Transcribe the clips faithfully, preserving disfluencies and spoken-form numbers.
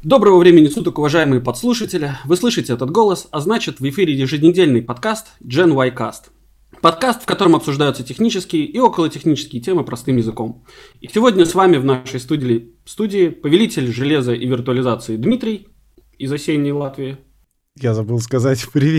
Доброго времени суток, уважаемые подслушатели. Вы слышите этот голос, а значит, в эфире еженедельный подкаст Gen Y Cast. Подкаст, в котором обсуждаются технические и околотехнические темы простым языком. И сегодня с вами в нашей студии, студии повелитель железа и виртуализации Дмитрий из осенней Латвии. Я забыл сказать привет.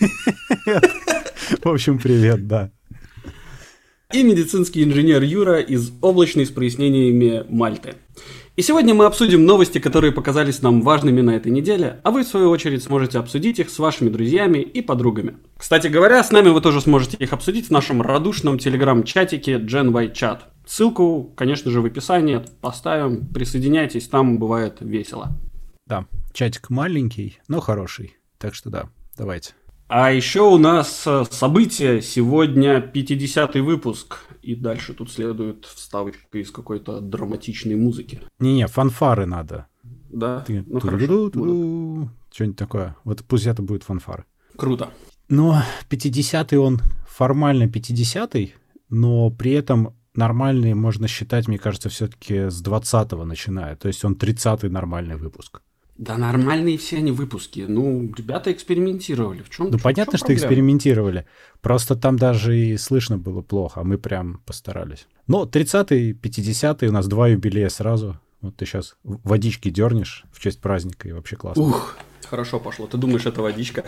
В общем, привет, да. И медицинский инженер Юра из облачной с прояснениями Мальты. И сегодня мы обсудим новости, которые показались нам важными на этой неделе, а вы, в свою очередь, сможете обсудить их с вашими друзьями и подругами. Кстати говоря, с нами вы тоже сможете их обсудить в нашем радушном телеграм-чатике Gen Y Chat. Ссылку, конечно же, в описании поставим, присоединяйтесь, там бывает весело. Да, чатик маленький, но хороший, так что да, давайте. А еще у нас событие, сегодня пятидесятый выпуск, и дальше тут следует вставочка из какой-то драматичной музыки. Не-не, фанфары надо. Да? Ты... Ну хорошо. Что-нибудь такое. Вот пусть это будет фанфары. Круто. Но пятидесятый он формально пятидесятый, но при этом нормальный можно считать, мне кажется, все-таки с двадцатого начиная. То есть он тридцатый нормальный выпуск. Да нормальные все они выпуски. Ну, ребята экспериментировали. В чем? Ну, понятно, что экспериментировали. Просто там даже и слышно было плохо, а мы прям постарались. Но тридцатый, пятидесятый у нас два юбилея сразу. Вот ты сейчас водички дернешь в честь праздника, и вообще классно. Ух, хорошо пошло. Ты думаешь, это водичка?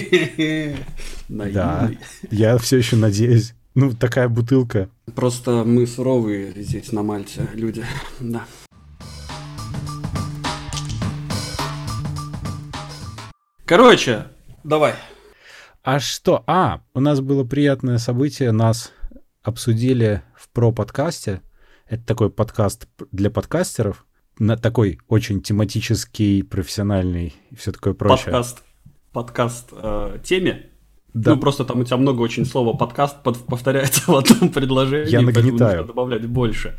Да, я все еще надеюсь. Ну, такая бутылка. Просто мы суровые здесь на Мальте люди. Да. Короче, давай. А что? А, у нас было приятное событие. Нас обсудили в про-подкасте. Это такой подкаст для подкастеров. На такой очень тематический, профессиональный и все такое прочее. Подкаст. Подкаст э, теме. Да. Ну, просто там у тебя много очень слова подкаст повторяется в одном предложении. Я нагнетаю. Нужно добавлять больше.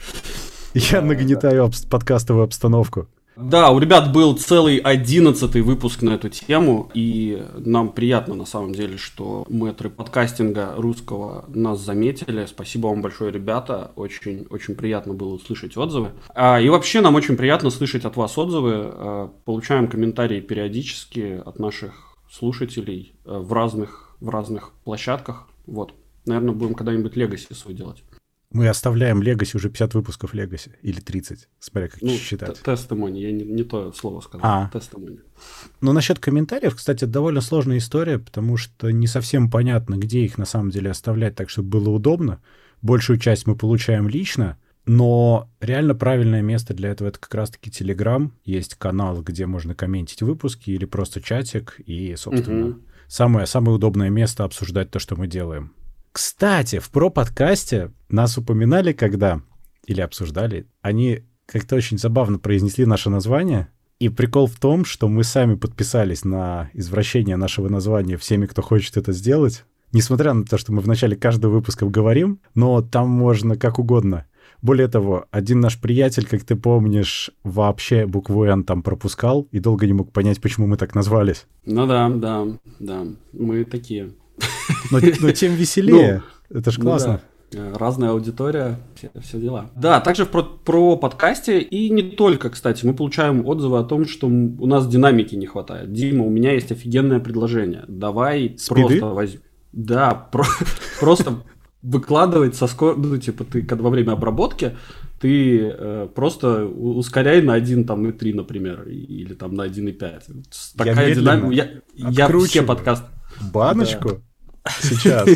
Я нагнетаю об... подкастовую обстановку. Да, у ребят был целый одиннадцатый выпуск на эту тему, и нам приятно на самом деле, что мэтры подкастинга русского нас заметили. Спасибо вам большое, ребята, очень, очень приятно было услышать отзывы. А, и вообще нам очень приятно слышать от вас отзывы, а, получаем комментарии периодически от наших слушателей а, в разных, в разных площадках. Вот, наверное, будем когда-нибудь Legacy свой делать. Мы оставляем Legacy, уже пятьдесят выпусков Legacy, или тридцать, смотря как ну, считать. Тестимони, я не, не то слово сказал, а. тестимони. Ну, насчет комментариев, кстати, довольно сложная история, потому что не совсем понятно, где их на самом деле оставлять так, чтобы было удобно. Большую часть мы получаем лично, но реально правильное место для этого — это как раз-таки Telegram. Есть канал, где можно комментить выпуски, или просто чатик, и, собственно, угу. самое, самое удобное место обсуждать то, что мы делаем. Кстати, в про-подкасте нас упоминали, когда, или обсуждали, они как-то очень забавно произнесли наше название. И прикол в том, что мы сами подписались на извращение нашего названия всеми, кто хочет это сделать. Несмотря на то, что мы в начале каждого выпуска говорим, но там можно как угодно. Более того, один наш приятель, как ты помнишь, вообще букву «Н» там пропускал и долго не мог понять, почему мы так назвались. Ну да, да, да, мы такие... Но, но тем веселее. Ну, это ж классно. Ну да. Разная аудитория, все, все дела. Да, также про, про подкасте, и не только, кстати, мы получаем отзывы о том, что у нас динамики не хватает. Дима, у меня есть офигенное предложение. Давай Спиды? Просто возьмем. Да, про, просто выкладывать со скоростью, ну, типа, ты во время обработки ты э, просто ускоряй на один и три, например, или там на один и пять. Такая динамика. Я, я все подкасты. Баночку? Да. Сейчас.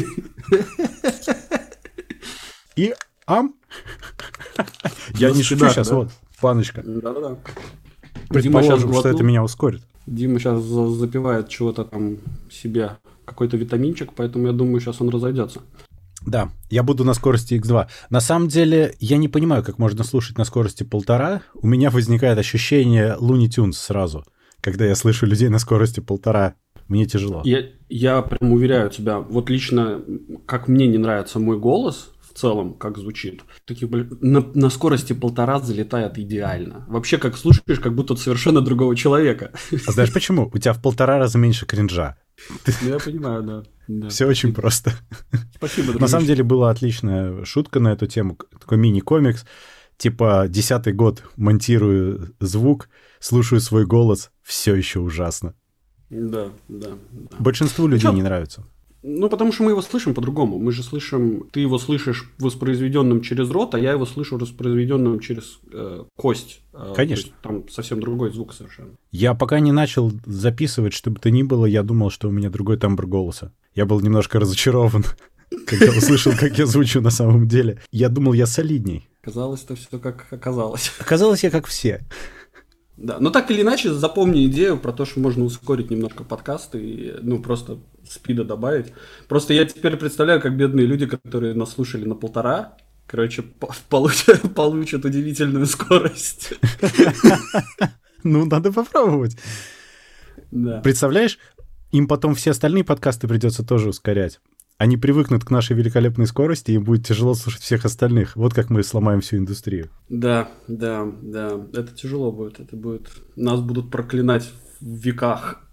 И ам. Я не шучу сейчас, вот, баночка. Да-да-да. Предположим, что это меня ускорит. Дима сейчас запивает чего-то там себе, какой-то витаминчик, поэтому я думаю, сейчас он разойдется. Да, я буду на скорости икс два. На самом деле, я не понимаю, как можно слушать на скорости полтора. У меня возникает ощущение Looney Tunes сразу, когда я слышу людей на скорости полтора. Мне тяжело. Я, я прям уверяю тебя, вот лично, как мне не нравится мой голос в целом, как звучит, такие, на, на скорости полтора залетает идеально. Вообще, как слушаешь, как будто совершенно другого человека. А знаешь почему? У тебя в полтора раза меньше кринжа. Ну, я понимаю, да. да. Все очень просто. Спасибо, дружище. На самом деле была отличная шутка на эту тему, такой мини-комикс. Типа, десятый год монтирую звук, слушаю свой голос, все еще ужасно. Да, да, да. Большинству людей Чё? не нравится. Ну, потому что мы его слышим по-другому. Мы же слышим, ты его слышишь воспроизведенным через рот, а я его слышу воспроизведенным через э, кость. Э, Конечно. Там совсем другой звук совершенно. Я пока не начал записывать, что бы то ни было, я думал, что у меня другой тембр голоса. Я был немножко разочарован, когда услышал, как я звучу на самом деле. Я думал, я солидней. Казалось-то все как оказалось. Оказалось, я как все. Да, но так или иначе, запомни идею про то, что можно ускорить немножко подкаст и, ну, просто спида добавить. Просто я теперь представляю, как бедные люди, которые нас слушали на полтора, короче, получат, получат удивительную скорость. Ну, надо попробовать. Да. Представляешь, им потом все остальные подкасты придется тоже ускорять. Они привыкнут к нашей великолепной скорости, и им будет тяжело слушать всех остальных. Вот как мы сломаем всю индустрию. Да, да, да. Это тяжело будет. Это будет... Нас будут проклинать в веках.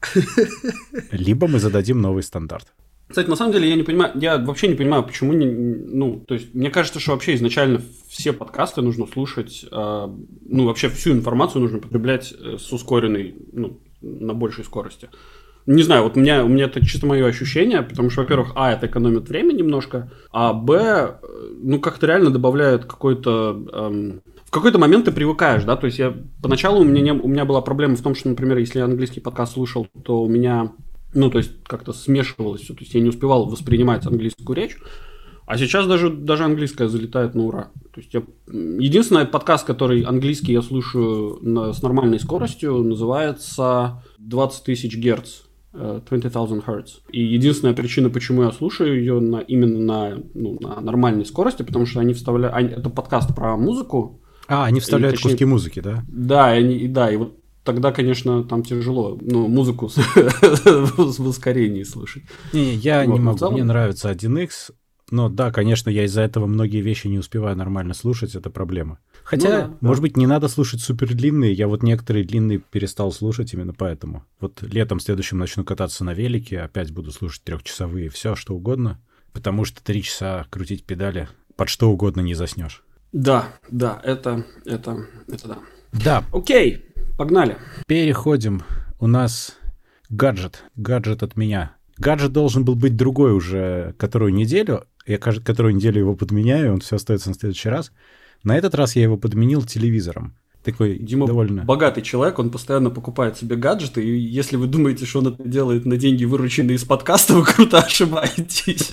Либо мы зададим новый стандарт. Кстати, на самом деле я не понимаю, я вообще не понимаю, почему не, ну, то есть мне кажется, что вообще изначально все подкасты нужно слушать, э, ну, вообще всю информацию нужно потреблять с ускоренной, ну, на большей скорости. Не знаю, вот у меня, у меня это чисто мое ощущение, потому что, во-первых, а, это экономит время немножко, а, б, ну, как-то реально добавляет какой-то... Эм, в какой-то момент ты привыкаешь, да, то есть я... Поначалу у меня, не, у меня была проблема в том, что, например, если я английский подкаст слушал, то у меня, ну, то есть как-то смешивалось все, то есть я не успевал воспринимать английскую речь, а сейчас даже, даже английская залетает на ура. То есть я... Единственный подкаст, который английский я слушаю на, с нормальной скоростью, называется двадцать тысяч герц. двадцать тысяч Hertz. И единственная причина, почему я слушаю ее на, именно на, ну, на нормальной скорости, потому что они вставляют... Они, это подкаст про музыку. А, они вставляют и, точнее, куски музыки, да? Да, и, они, и, да, и вот тогда, конечно, там тяжело, ну, музыку с, в ускорении слушать. Не, я вот, не могу, целом... мне нравится один икс, но да, конечно, я из-за этого многие вещи не успеваю нормально слушать, это проблема. Хотя, ну, да, может да. быть, не надо слушать супер длинные, я вот некоторые длинные перестал слушать именно поэтому. Вот летом следующим начну кататься на велике, опять буду слушать трехчасовые, все, что угодно, потому что три часа крутить педали под что угодно не заснешь. Да, да, это, это, это да. Да. Окей, погнали. Переходим. У нас гаджет, гаджет от меня. Гаджет должен был быть другой уже которую неделю, я которую неделю его подменяю, он все остается на следующий раз. На этот раз я его подменил телевизором. Такой Дима довольно... богатый человек, он постоянно покупает себе гаджеты, и если вы думаете, что он это делает на деньги, вырученные из подкаста, вы круто ошибаетесь.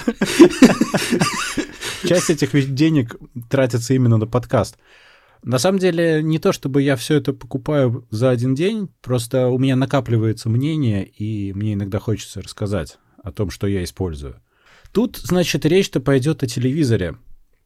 Часть этих денег тратится именно на подкаст. На самом деле, не то чтобы я все это покупаю за один день, просто у меня накапливается мнение, и мне иногда хочется рассказать о том, что я использую. Тут, значит, речь-то пойдет о телевизоре.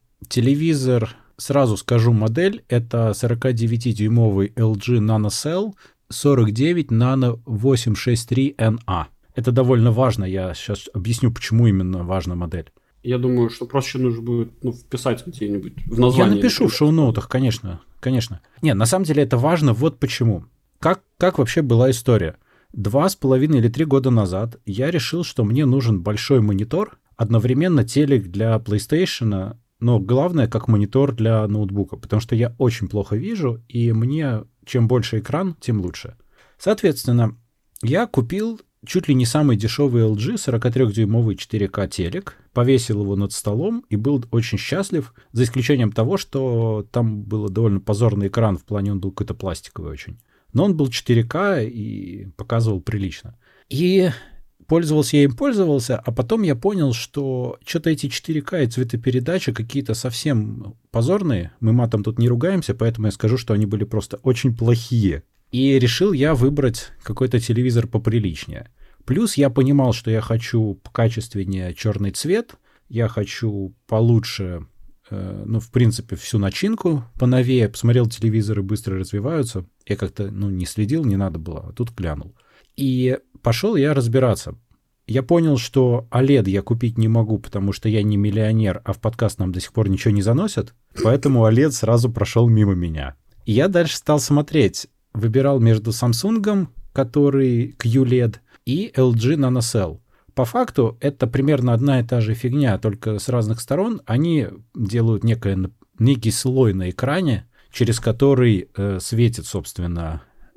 Телевизор, сразу скажу модель, это сорокадевятидюймовый эл джи NanoCell сорок девять нано восемьсот шестьдесят три эн а. Это довольно важно, я сейчас объясню, почему именно важна модель. Я думаю, что проще нужно будет ну, вписать где-нибудь в название. Я напишу в шоу-ноутах, конечно, конечно. Нет, на самом деле это важно, вот почему. Как, как вообще была история? Два с половиной или три года назад я решил, что мне нужен большой монитор, одновременно телек для PlayStation, но главное, как монитор для ноутбука, потому что я очень плохо вижу, и мне чем больше экран, тем лучше. Соответственно, я купил чуть ли не самый дешевый эл джи сорокатрёхдюймовый четыре ка телек, повесил его над столом и был очень счастлив, за исключением того, что там был довольно позорный экран, в плане он был какой-то пластиковый очень. Но он был четыре ка и показывал прилично. И пользовался я им, пользовался, а потом я понял, что что-то эти четыре ка и цветопередачи какие-то совсем позорные. Мы матом тут не ругаемся, поэтому я скажу, что они были просто очень плохие. И решил я выбрать какой-то телевизор поприличнее. Плюс я понимал, что я хочу покачественнее черный цвет, я хочу получше, э, ну, в принципе, всю начинку поновее. Посмотрел телевизоры, быстро развиваются. Я как-то, ну, не следил, не надо было, а тут глянул. И пошел я разбираться. Я понял, что о лед я купить не могу, потому что я не миллионер, а в подкаст нам до сих пор ничего не заносят, поэтому о лед сразу прошел мимо меня. И я дальше стал смотреть. Выбирал между Samsung, который кью лед, и эл джи NanoCell. По факту это примерно одна и та же фигня, только с разных сторон. Они делают некое, некий слой на экране, через который э, светит, собственно,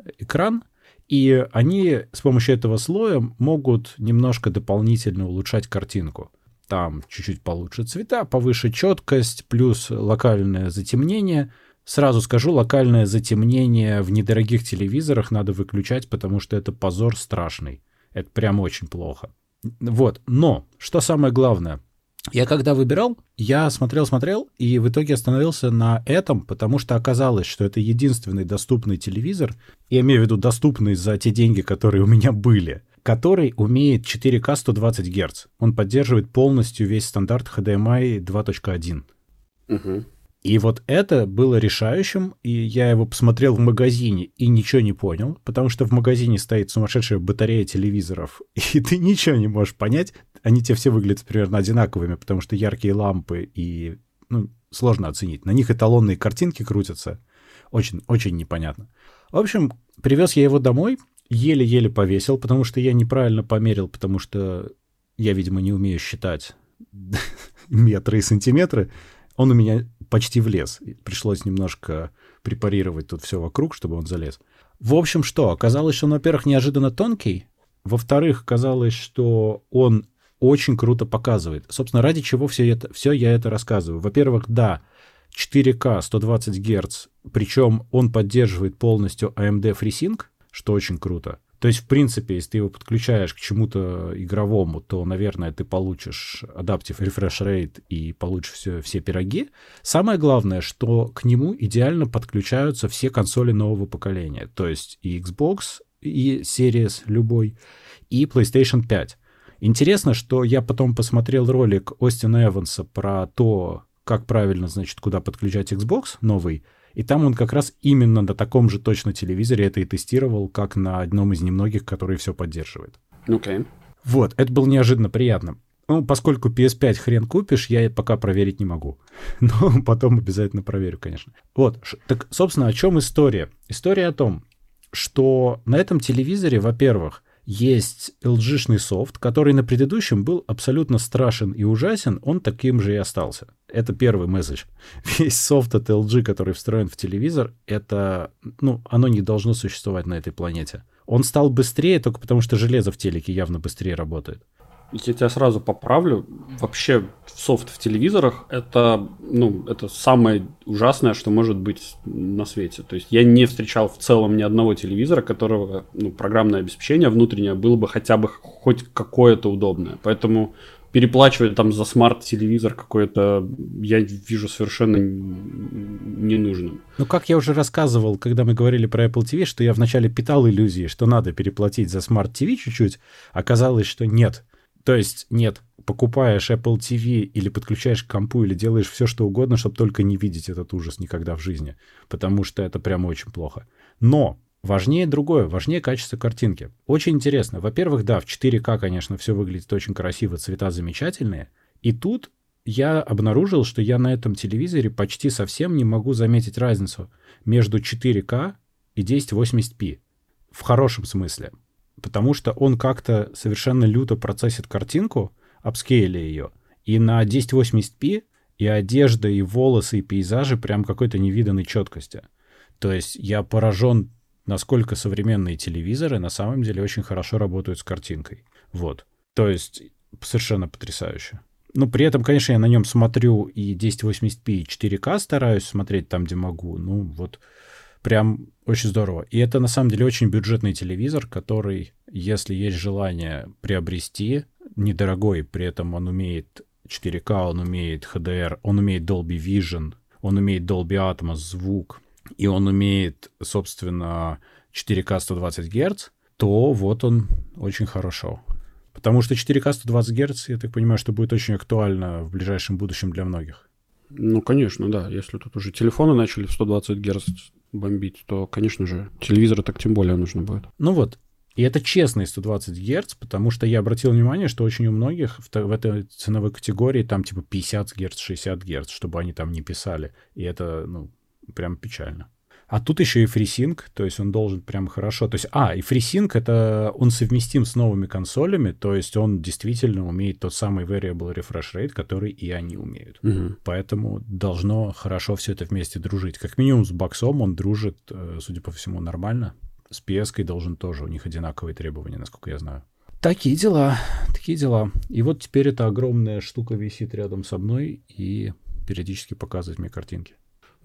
экран, и они с помощью этого слоя могут немножко дополнительно улучшать картинку. Там чуть-чуть получше цвета, повыше четкость, плюс локальное затемнение. Сразу скажу, локальное затемнение в недорогих телевизорах надо выключать, потому что это позор страшный. Это прям очень плохо. Вот, но, что самое главное, я когда выбирал, я смотрел-смотрел, и в итоге остановился на этом, потому что оказалось, что это единственный доступный телевизор, я имею в виду доступный за те деньги, которые у меня были, который умеет четыре ка сто двадцать герц. Он поддерживает полностью весь стандарт эйч ди эм ай два точка один. Угу. И вот это было решающим, и я его посмотрел в магазине и ничего не понял, потому что в магазине стоит сумасшедшая батарея телевизоров, и ты ничего не можешь понять. Они те все выглядят примерно одинаковыми, потому что яркие лампы, и ну, сложно оценить. На них эталонные картинки крутятся. Очень, очень непонятно. В общем, привез я его домой, еле-еле повесил, потому что я неправильно померил, потому что я, видимо, не умею считать метры и сантиметры. Он у меня почти влез. Пришлось немножко препарировать тут все вокруг, чтобы он залез. В общем, что? Оказалось, что он, во-первых, неожиданно тонкий. Во-вторых, казалось, что он очень круто показывает. Собственно, ради чего все, это, все я это рассказываю. Во-первых, да, четыре ка сто двадцать герц, причем он поддерживает полностью эй эм ди FreeSync, что очень круто. То есть, в принципе, если ты его подключаешь к чему-то игровому, то, наверное, ты получишь Adaptive Refresh Rate и получишь все, все пироги. Самое главное, что к нему идеально подключаются все консоли нового поколения. То есть и Xbox, и Series любой, и PlayStation пять. Интересно, что я потом посмотрел ролик Остина Эванса про то, как правильно, значит, куда подключать Xbox новый, и там он как раз именно на таком же точно телевизоре это и тестировал, как на одном из немногих, который все поддерживает. Окей. Okay. Вот, это было неожиданно приятно. Ну, поскольку пи эс пять хрен купишь, я пока проверить не могу. Но потом обязательно проверю, конечно. Вот, так, собственно, о чем история? История о том, что на этом телевизоре, во-первых, есть эл джи-шный софт, который на предыдущем был абсолютно страшен и ужасен, он таким же и остался. Это первый месседж. Весь софт от эл джи, который встроен в телевизор, это, ну, оно не должно существовать на этой планете. Он стал быстрее только потому, что железо в телеке явно быстрее работает. Я тебя сразу поправлю. Вообще софт в телевизорах это, ну, это самое ужасное, что может быть на свете. То есть я не встречал в целом ни одного телевизора, которого, ну, программное обеспечение внутреннее было бы хотя бы хоть какое-то удобное. Поэтому переплачивать там за смарт-телевизор какой-то я вижу совершенно ненужным. Ну, как я уже рассказывал, когда мы говорили про Apple ти ви, что я вначале питал иллюзии, что надо переплатить за смарт-ти ви чуть-чуть, оказалось, что нет. То есть, нет, покупаешь Apple ти ви или подключаешь к компу, или делаешь все, что угодно, чтобы только не видеть этот ужас никогда в жизни, потому что это прямо очень плохо. Но важнее другое, важнее качество картинки. Очень интересно. Во-первых, да, в четыре ка, конечно, все выглядит очень красиво, цвета замечательные. И тут я обнаружил, что я на этом телевизоре почти совсем не могу заметить разницу между четыре ка и тысяча восемьдесят пи. В хорошем смысле. Потому что он как-то совершенно люто процессит картинку, апскейля ее, и на тысяча восемьдесят пи и одежда, и волосы, и пейзажи прям какой-то невиданной четкости. То есть я поражен, насколько современные телевизоры на самом деле очень хорошо работают с картинкой. Вот. То есть совершенно потрясающе. Но при этом, конечно, я на нем смотрю и тысяча восемьдесят пи, и четыре ка стараюсь смотреть там, где могу. Ну, вот прям очень здорово. И это, на самом деле, очень бюджетный телевизор, который, если есть желание приобрести, недорогой, при этом он умеет четыре ка, он умеет эйч ди ар, он умеет Dolby Vision, он умеет Dolby Atmos звук, и он умеет, собственно, четыре ка сто двадцать герц, то вот он очень хорошо. Потому что четыре ка сто двадцать герц, я так понимаю, что будет очень актуально в ближайшем будущем для многих. Ну, конечно, да. Если тут уже телефоны начали в сто двадцать герц бомбить, то, конечно же, телевизоры так тем более нужно будет. Ну вот. И это честные сто двадцать герц, потому что я обратил внимание, что очень у многих в, в этой ценовой категории там типа пятьдесят герц, шестьдесят герц, чтобы они там не писали. И это, ну, прям печально. А тут еще и FreeSync, то есть он должен прям хорошо... То есть, а, и FreeSync, это он совместим с новыми консолями, то есть он действительно умеет тот самый Variable Refresh Rate, который и они умеют. Угу. Поэтому должно хорошо все это вместе дружить. Как минимум с боксом он дружит, судя по всему, нормально. с пи эс-кой должен тоже, у них одинаковые требования, насколько я знаю. Такие дела, такие дела. И вот теперь эта огромная штука висит рядом со мной и периодически показывает мне картинки.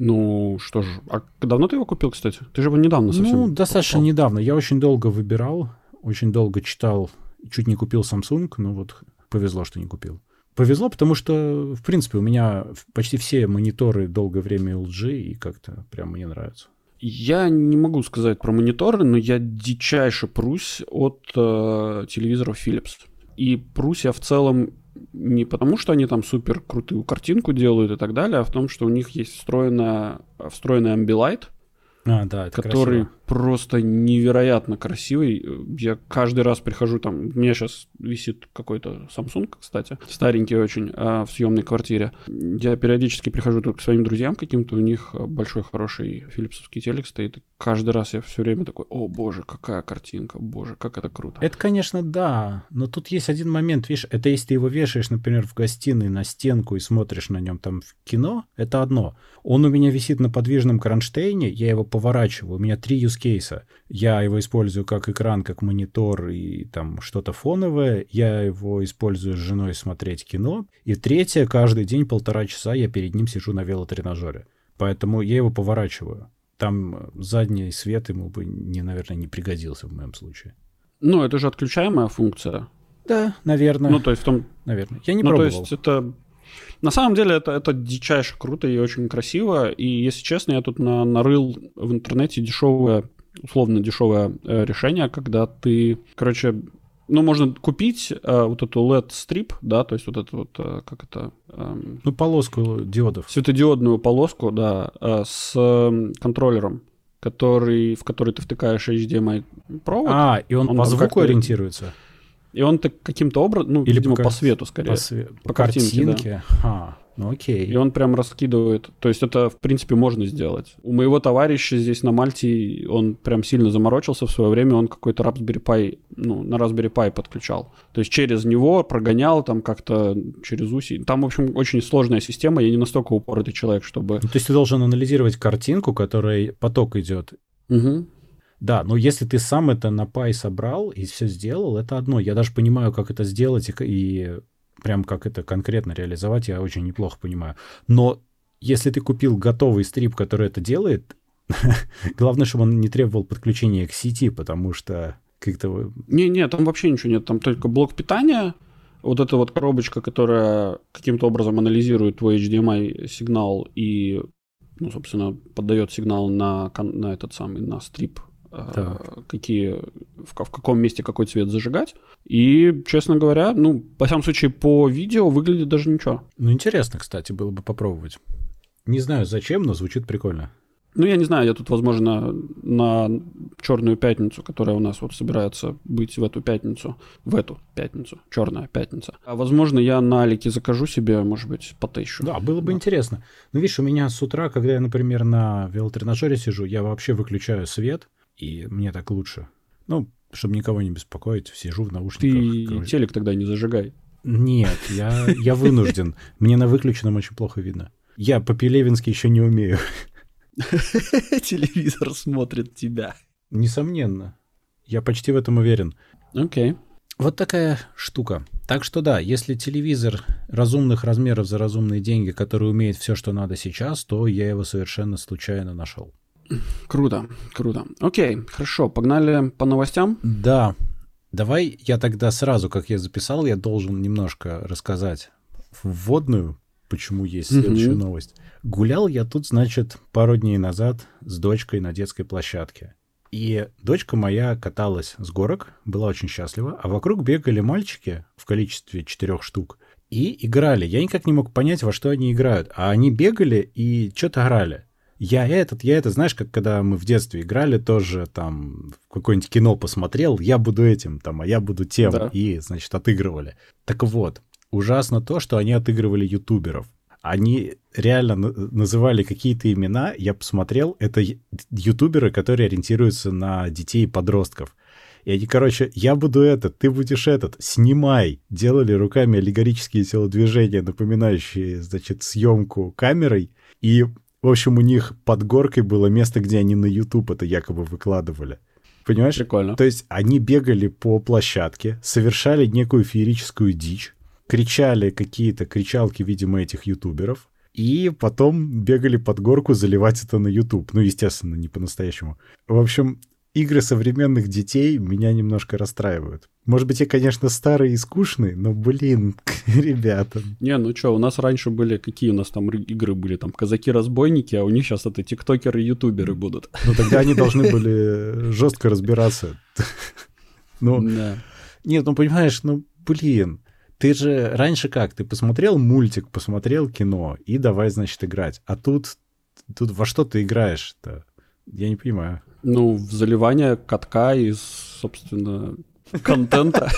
Ну, что ж, а давно ты его купил, кстати? Ты же его недавно совсем Ну, достаточно покупал. недавно. Я очень долго выбирал, очень долго читал, чуть не купил Samsung, но вот повезло, что не купил. Повезло, потому что, в принципе, у меня почти все мониторы долгое время эл джи, и как-то прям мне нравится. Я не могу сказать про мониторы, но я дичайше прусь от э, телевизоров Philips. И прусь я в целом не потому, что они там супер крутую картинку делают и так далее, а в том, что у них есть встроенная, встроенный Ambilight, А, да, это который красиво. просто невероятно красивый. Я каждый раз прихожу, там, у меня сейчас висит какой-то Samsung, кстати, старенький очень, а, в съемной квартире. Я периодически прихожу тут к своим друзьям каким-то, у них большой хороший филипсовский телек стоит. И каждый раз я все время такой: о боже, какая картинка, боже, как это круто. Это, конечно, да, но тут есть один момент, видишь, это если ты его вешаешь, например, в гостиной на стенку и смотришь на нем там в кино, это одно. Он у меня висит на подвижном кронштейне, я его поворачиваю, у меня три юзкейса. Я его использую как экран, как монитор и там что-то фоновое, я его использую с женой смотреть кино, и третье, каждый день полтора часа я перед ним сижу на велотренажере, поэтому я его поворачиваю. Там задний свет ему бы, не, наверное, не пригодился в моем случае. Ну, это же отключаемая функция. Да, наверное. Ну, то есть в том... Наверное. Я не ну, пробовал. то есть это... На самом деле это, это дичайше круто и очень красиво. И, если честно, я тут на, нарыл в интернете дешевое, условно дешевое э, решение, когда ты, короче, ну, можно купить э, вот эту эл и ди-стрип, да, то есть вот эту вот, э, как это... Э, ну, полоску диодов. Светодиодную полоску, да, э, с э, контроллером, который, в который ты втыкаешь эйч ди эм ай провод. А, и он, он по там звуку ориентируется? И он так каким-то образом, ну, или видимо, по, по свету скорее. По, све... по, по картинке, картинке? Да. А, ну окей. И он прям раскидывает. То есть это, в принципе, можно сделать. У моего товарища здесь на Мальте, он прям сильно заморочился в свое время, он какой-то Raspberry Pi, ну, на Raspberry Pi подключал. То есть через него прогонял там как-то через УСИ. Там, в общем, очень сложная система, я не настолько упоротый человек, чтобы... Ну, то есть ты должен анализировать картинку, которой поток идет. Угу. Да, но если ты сам это на Pi собрал и все сделал, это одно. Я даже понимаю, как это сделать и, и прям как это конкретно реализовать, я очень неплохо понимаю. Но если ты купил готовый стрип, который это делает, главное, чтобы он не требовал подключения к сети, потому что как-то... Не-не, там вообще ничего нет, там только блок питания, вот эта вот коробочка, которая каким-то образом анализирует твой эйч ди эм ай сигнал и, ну, собственно, поддает сигнал на, на этот самый, на стрип, так. какие, в, в каком месте какой цвет зажигать. И, честно говоря, ну, во всяком случае, по видео выглядит даже ничего. Ну, интересно, кстати, было бы попробовать. Не знаю, зачем, но звучит прикольно. Ну, я не знаю, я тут, возможно, на Черную пятницу, которая у нас вот собирается быть в эту пятницу, в эту пятницу, Черная пятница. А, возможно, я на Алике закажу себе, может быть, потыщу. Да, было бы да. интересно. Ну, видишь, у меня с утра, когда я, например, на велотренажере сижу, я вообще выключаю свет, и мне так лучше. Ну, чтобы никого не беспокоить, сижу в наушниках. Ты короче. Телек тогда не зажигай. Нет, я, я вынужден. Мне на выключенном очень плохо видно. Я по-пелевински еще не умею. Телевизор смотрит тебя. Несомненно. Я почти в этом уверен. Окей. Okay. Вот такая штука. Так что да, если телевизор разумных размеров за разумные деньги, который умеет все, что надо сейчас, то я его совершенно случайно нашел. Круто, круто. Окей, хорошо, погнали по новостям? Да. Давай я тогда сразу, как я записал, я должен немножко рассказать вводную, почему есть следующая mm-hmm. новость. Гулял я тут, значит, пару дней назад с дочкой на детской площадке. И дочка моя каталась с горок, была очень счастлива, а вокруг бегали мальчики в количестве четырех штук и играли. Я никак не мог понять, во что они играют. А они бегали и что-то играли. Я этот, я это, знаешь, как когда мы в детстве играли, тоже там какое-нибудь кино посмотрел, я буду этим, там, а я буду тем, да. И, значит, отыгрывали. Так вот, ужасно то, что они отыгрывали ютуберов. Они реально называли какие-то имена, я посмотрел, это ютуберы, которые ориентируются на детей и подростков. И они, короче, я буду этот, ты будешь этот, снимай. Делали руками аллегорические телодвижения, напоминающие, значит, съемку камерой. И, в общем, у них под горкой было место, где они на YouTube это якобы выкладывали. Понимаешь? Прикольно. То есть они бегали по площадке, совершали некую феерическую дичь, кричали какие-то кричалки, видимо, этих ютуберов, и потом бегали под горку заливать это на YouTube. Ну, естественно, не по-настоящему. В общем, игры современных детей меня немножко расстраивают. Может быть, я, конечно, старый и скучный, но, блин, ребята. Не, ну что, у нас раньше были, какие у нас там игры были? Там казаки-разбойники, а у них сейчас это тиктокеры и ютуберы будут. Ну, тогда они должны были жестко разбираться. Ну, нет, ну, понимаешь, ну, блин. Ты же раньше как? Ты посмотрел мультик, посмотрел кино, и давай, значит, играть. А тут, тут во что ты играешь-то? Я не понимаю. Ну, в заливание катка из, собственно, контента.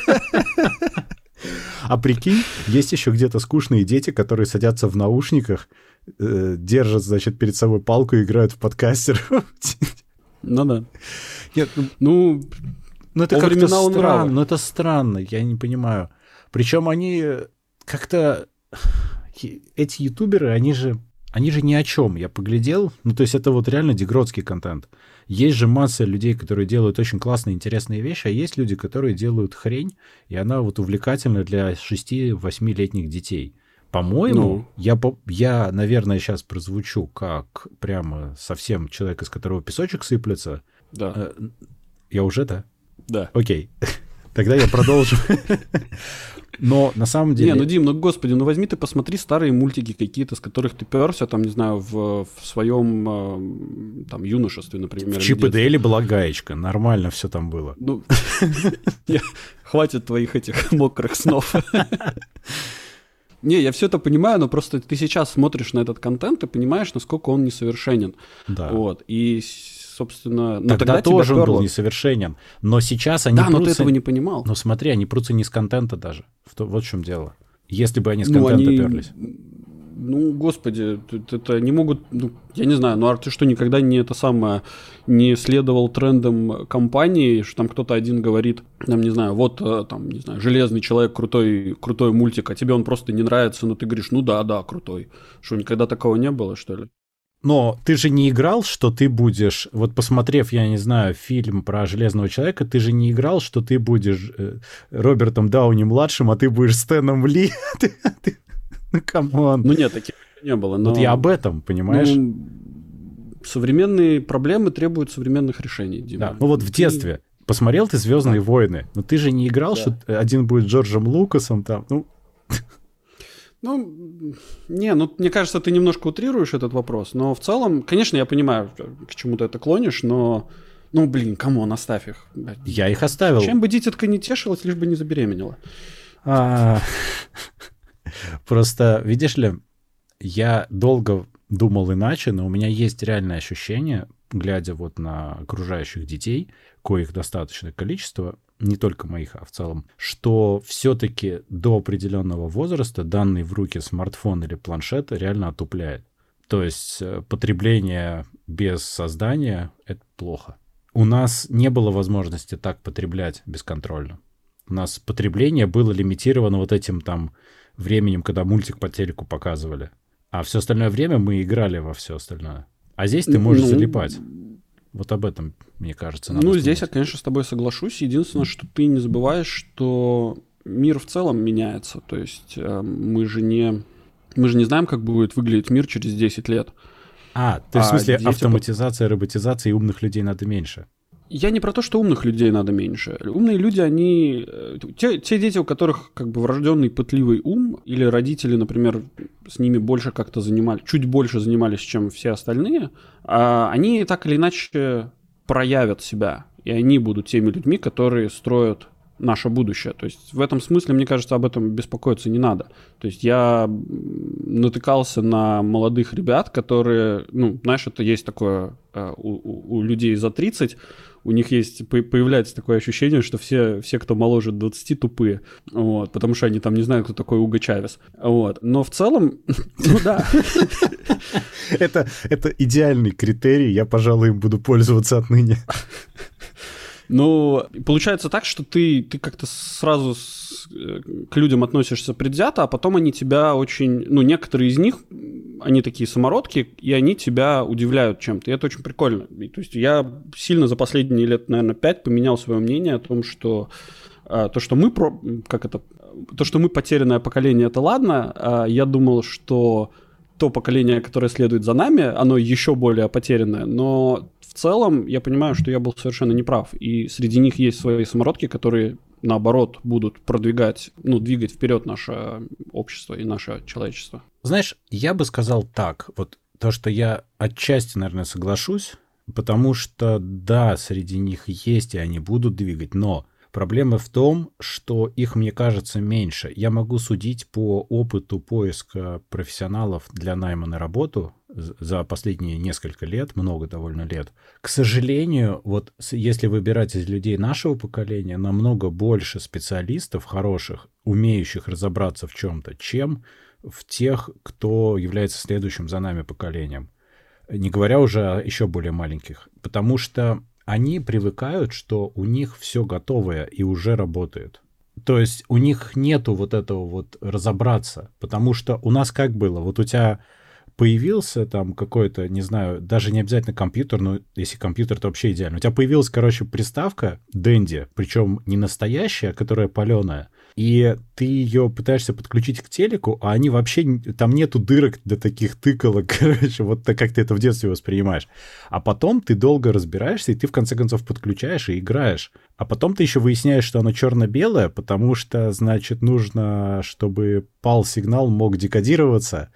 А прикинь, есть еще где-то скучные дети, которые садятся в наушниках, э, держат, значит, перед собой палку и играют в подкастер. Ну да. Нет, ну, ну это как-то странно, ну это странно, я не понимаю. Причем они как-то... Эти ютуберы, они же... Они же ни о чем, я поглядел. Ну, то есть это вот реально дегродский контент. Есть же масса людей, которые делают очень классные, интересные вещи, а есть люди, которые делают хрень, и она вот увлекательна для шести-восьмилетних детей. По-моему, ну. я, я, наверное, сейчас прозвучу как прямо совсем человек, из которого песочек сыплется. Да. Я уже, да? Да. Окей. Тогда я продолжу. Но на самом деле... Не, ну, Дим, ну, господи, ну, возьми ты, посмотри старые мультики какие-то, с которых ты перся, там, не знаю, в, в своем, там, юношестве, например. В Чип и Дейли была гаечка, нормально все там было. Ну, хватит твоих этих мокрых снов. Не, я все это понимаю, но просто ты сейчас смотришь на этот контент и понимаешь, насколько он несовершенен. Да. Вот, и... собственно... Ну, тогда, тогда тоже он был несовершенен. Но сейчас они да, прутся... но ты этого не понимал. Но смотри, они прутся не с контента даже. Вот в чем дело. Если бы они с контента ну, они... перлись. Ну, господи, это не могут... Ну, я не знаю, ну а ты что, никогда не это самое... не следовал трендам компании, что там кто-то один говорит, там, не знаю, вот, там, не знаю, «Железный человек» крутой, крутой мультик, а тебе он просто не нравится, но ты говоришь, ну да, да, крутой. Что, никогда такого не было, что ли? Но ты же не играл, что ты будешь, вот посмотрев, я не знаю, фильм про Железного человека, ты же не играл, что ты будешь э, Робертом Дауни-младшим, а ты будешь Стэном Ли. Ну, камон. Ну, нет, таких не было. Вот я об этом, понимаешь? Современные проблемы требуют современных решений, Дима. Да, ну вот в детстве посмотрел ты «Звездные войны», но ты же не играл, что один будет Джорджем Лукасом там, ну... Ну, не, ну, мне кажется, ты немножко утрируешь этот вопрос, но в целом, конечно, я понимаю, к чему ты это клонишь, но, ну, блин, камон, оставь их. Я их оставил. Чем бы дитятка не тешилась, лишь бы не забеременела. Просто, видишь ли, я долго думал иначе, но у меня есть реальное ощущение, глядя вот на окружающих детей, коих достаточное количество, не только моих, а в целом, что все-таки до определенного возраста данный в руки смартфон или планшет реально отупляет. То есть потребление без создания — это плохо. У нас не было возможности так потреблять бесконтрольно. У нас потребление было лимитировано вот этим там временем, когда мультик по телеку показывали. А все остальное время мы играли во все остальное. А здесь ты можешь ну, залипать. Вот об этом, мне кажется, надо Ну, вспомнить. Здесь я, конечно, с тобой соглашусь. Единственное, что ты не забываешь, что мир в целом меняется. То есть э, мы же не... Мы же не знаем, как будет выглядеть мир через десять лет. А, ты а в смысле дети... автоматизация, роботизация и умных людей надо меньше? Я не про то, что умных людей надо меньше. Умные люди, они... Те, те дети, у которых как бы врожденный пытливый ум, или родители, например, с ними больше как-то занимались, чуть больше занимались, чем все остальные, они так или иначе проявят себя. И они будут теми людьми, которые строят наше будущее. То есть в этом смысле, мне кажется, об этом беспокоиться не надо. То есть я натыкался на молодых ребят, которые, ну, знаешь, это есть такое э, у, у людей за тридцать, у них есть, появляется такое ощущение, что все, все кто моложе двадцати, тупые, вот, потому что они там не знают, кто такой Уго Чавес. Вот. Но в целом, ну да. Это идеальный критерий, я, пожалуй, им буду пользоваться отныне. Ну, получается так, что ты, ты как-то сразу с, к людям относишься предвзято, а потом они тебя очень... Ну, некоторые из них, они такие самородки, и они тебя удивляют чем-то. И это очень прикольно. И, то есть я сильно за последние лет, наверное, пять поменял свое мнение о том, что а, то, что мы... Про, как это... То, что мы потерянное поколение, это ладно. А я думал, что то поколение, которое следует за нами, оно еще более потерянное, но... В целом, я понимаю, что я был совершенно неправ. И среди них есть свои самородки, которые, наоборот, будут продвигать, ну, двигать вперед наше общество и наше человечество. Знаешь, я бы сказал так. Вот то, что я отчасти, наверное, соглашусь, потому что, да, среди них есть, и они будут двигать, но проблема в том, что их, мне кажется, меньше. Я могу судить по опыту поиска профессионалов для найма на работу за последние несколько лет, много довольно лет. К сожалению, вот если выбирать из людей нашего поколения, намного больше специалистов хороших, умеющих разобраться в чем-то, чем в тех, кто является следующим за нами поколением. Не говоря уже о еще более маленьких. Потому что они привыкают, что у них все готовое и уже работает. То есть у них нету вот этого вот разобраться. Потому что у нас как было? Вот у тебя появился там какой-то, не знаю, даже не обязательно компьютер, но если компьютер, то вообще идеально. У тебя появилась, короче, приставка Dendy, причем не настоящая, которая паленая, и ты ее пытаешься подключить к телеку, а они вообще, там нету дырок для таких тыкалок, короче, вот так, как ты это в детстве воспринимаешь. А потом ты долго разбираешься, и ты в конце концов подключаешь и играешь. А потом ты еще выясняешь, что оно черно-белое, потому что, значит, нужно, чтобы пал-сигнал мог декодироваться,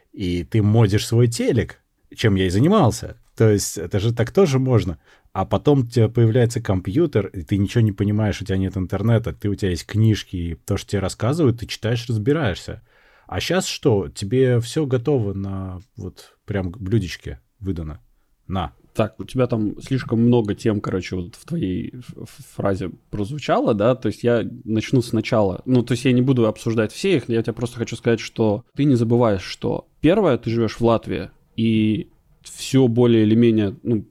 и ты модишь свой телек, чем я и занимался. То есть это же так тоже можно. А потом у тебя появляется компьютер, и ты ничего не понимаешь, у тебя нет интернета, ты, у тебя есть книжки, и то, что тебе рассказывают, ты читаешь, разбираешься. А сейчас что? Тебе все готово на вот прям блюдечке выдано. На. Так, у тебя там слишком много тем, короче, вот в твоей фразе прозвучало, да, то есть я начну сначала. Ну, то есть я не буду обсуждать все их, я тебе просто хочу сказать, что ты не забываешь, что первое, ты живешь в Латвии, и все более или менее, ну,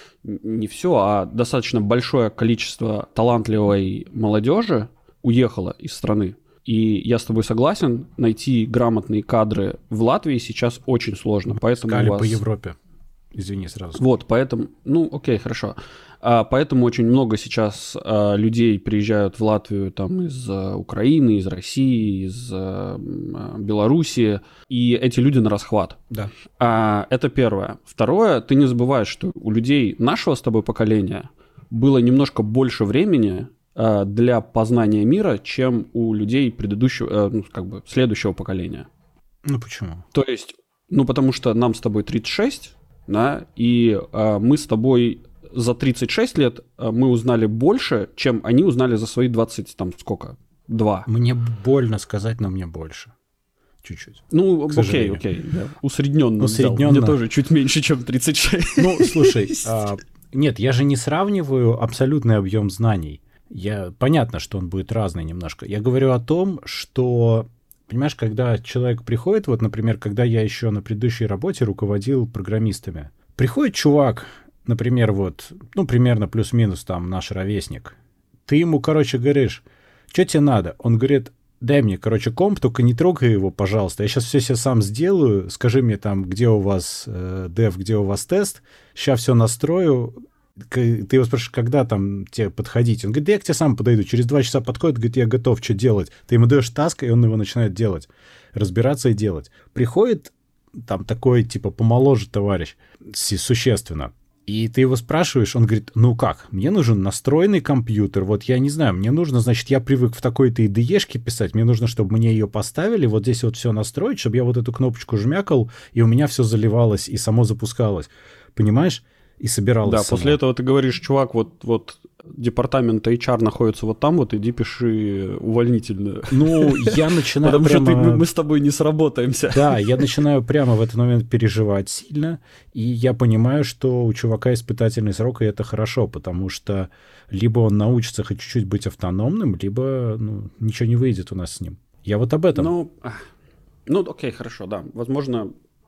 не все, а достаточно большое количество талантливой молодежи уехало из страны. И я с тобой согласен, найти грамотные кадры в Латвии сейчас очень сложно. Поэтому Сказали у вас... по Европе. Извини сразу. Вот, поэтому, ну, окей, хорошо. А, поэтому очень много сейчас а, людей приезжают в Латвию там из а, Украины, из России, из а, Белоруссии, и эти люди на расхват. Да. А, это первое. Второе, ты не забываешь, что у людей нашего с тобой поколения было немножко больше времени а, для познания мира, чем у людей предыдущего, а, ну, как бы следующего поколения. Ну, почему? То есть, ну, потому что нам с тобой тридцать шесть, да, и а, мы с тобой за тридцать шесть лет а, мы узнали больше, чем они узнали за свои двадцать, там, сколько? Два. Мне больно сказать, но мне больше. Чуть-чуть. Ну, окей, окей. Да. Усредненно. Усредненно. Мне тоже чуть меньше, чем тридцать шесть. Ну, слушай, а, нет, я же не сравниваю абсолютный объем знаний. Я, понятно, что он будет разный немножко. Я говорю о том, что... Понимаешь, когда человек приходит, вот, например, когда я еще на предыдущей работе руководил программистами, приходит чувак, например, вот, ну, примерно плюс-минус там наш ровесник, ты ему, короче, говоришь, что тебе надо? Он говорит, дай мне, короче, комп, только не трогай его, пожалуйста, я сейчас все себе сам сделаю, скажи мне там, где у вас э, дев, где у вас тест, сейчас все настрою. Ты его спрашиваешь, когда там тебе подходить? Он говорит, да я к тебе сам подойду. Через два часа подходит, говорит, я готов, что делать? Ты ему даешь таск, и он его начинает делать. Разбираться и делать. Приходит там такой, типа, помоложе товарищ, существенно. И ты его спрашиваешь, он говорит, ну как, мне нужен настроенный компьютер, вот я не знаю, мне нужно, значит, я привык в такой-то ай ди и-шке писать, мне нужно, чтобы мне ее поставили, вот здесь вот все настроить, чтобы я вот эту кнопочку жмякал, и у меня все заливалось и само запускалось. Понимаешь? И собиралось. Да, само. После этого ты говоришь, чувак, вот, вот департамент эйч ар находится вот там, вот иди пиши увольнительную. Ну, я начинаю Потому прямо... что ты, мы, мы с тобой не сработаемся. Да, я начинаю прямо в этот момент переживать сильно, и я понимаю, что у чувака испытательный срок, и это хорошо, потому что либо он научится хоть чуть-чуть быть автономным, либо ну, ничего не выйдет у нас с ним. Я вот об этом. Ну, ну окей, хорошо, да. Возможно...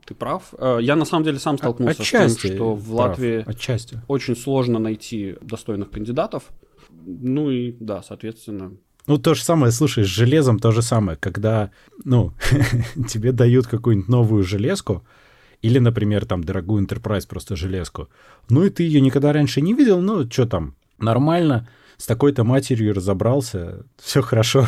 ты прав. Я на самом деле сам столкнулся Отчасти с тем, что в прав. Латвии Отчасти. очень сложно найти достойных кандидатов. Ну и да, соответственно... Ну, то же самое, слушай, с железом то же самое. Когда, ну, тебе дают какую-нибудь новую железку, или, например, там, дорогую Enterprise просто железку, ну, и ты ее никогда раньше не видел, ну, что там, нормально, с такой-то матерью разобрался, все хорошо.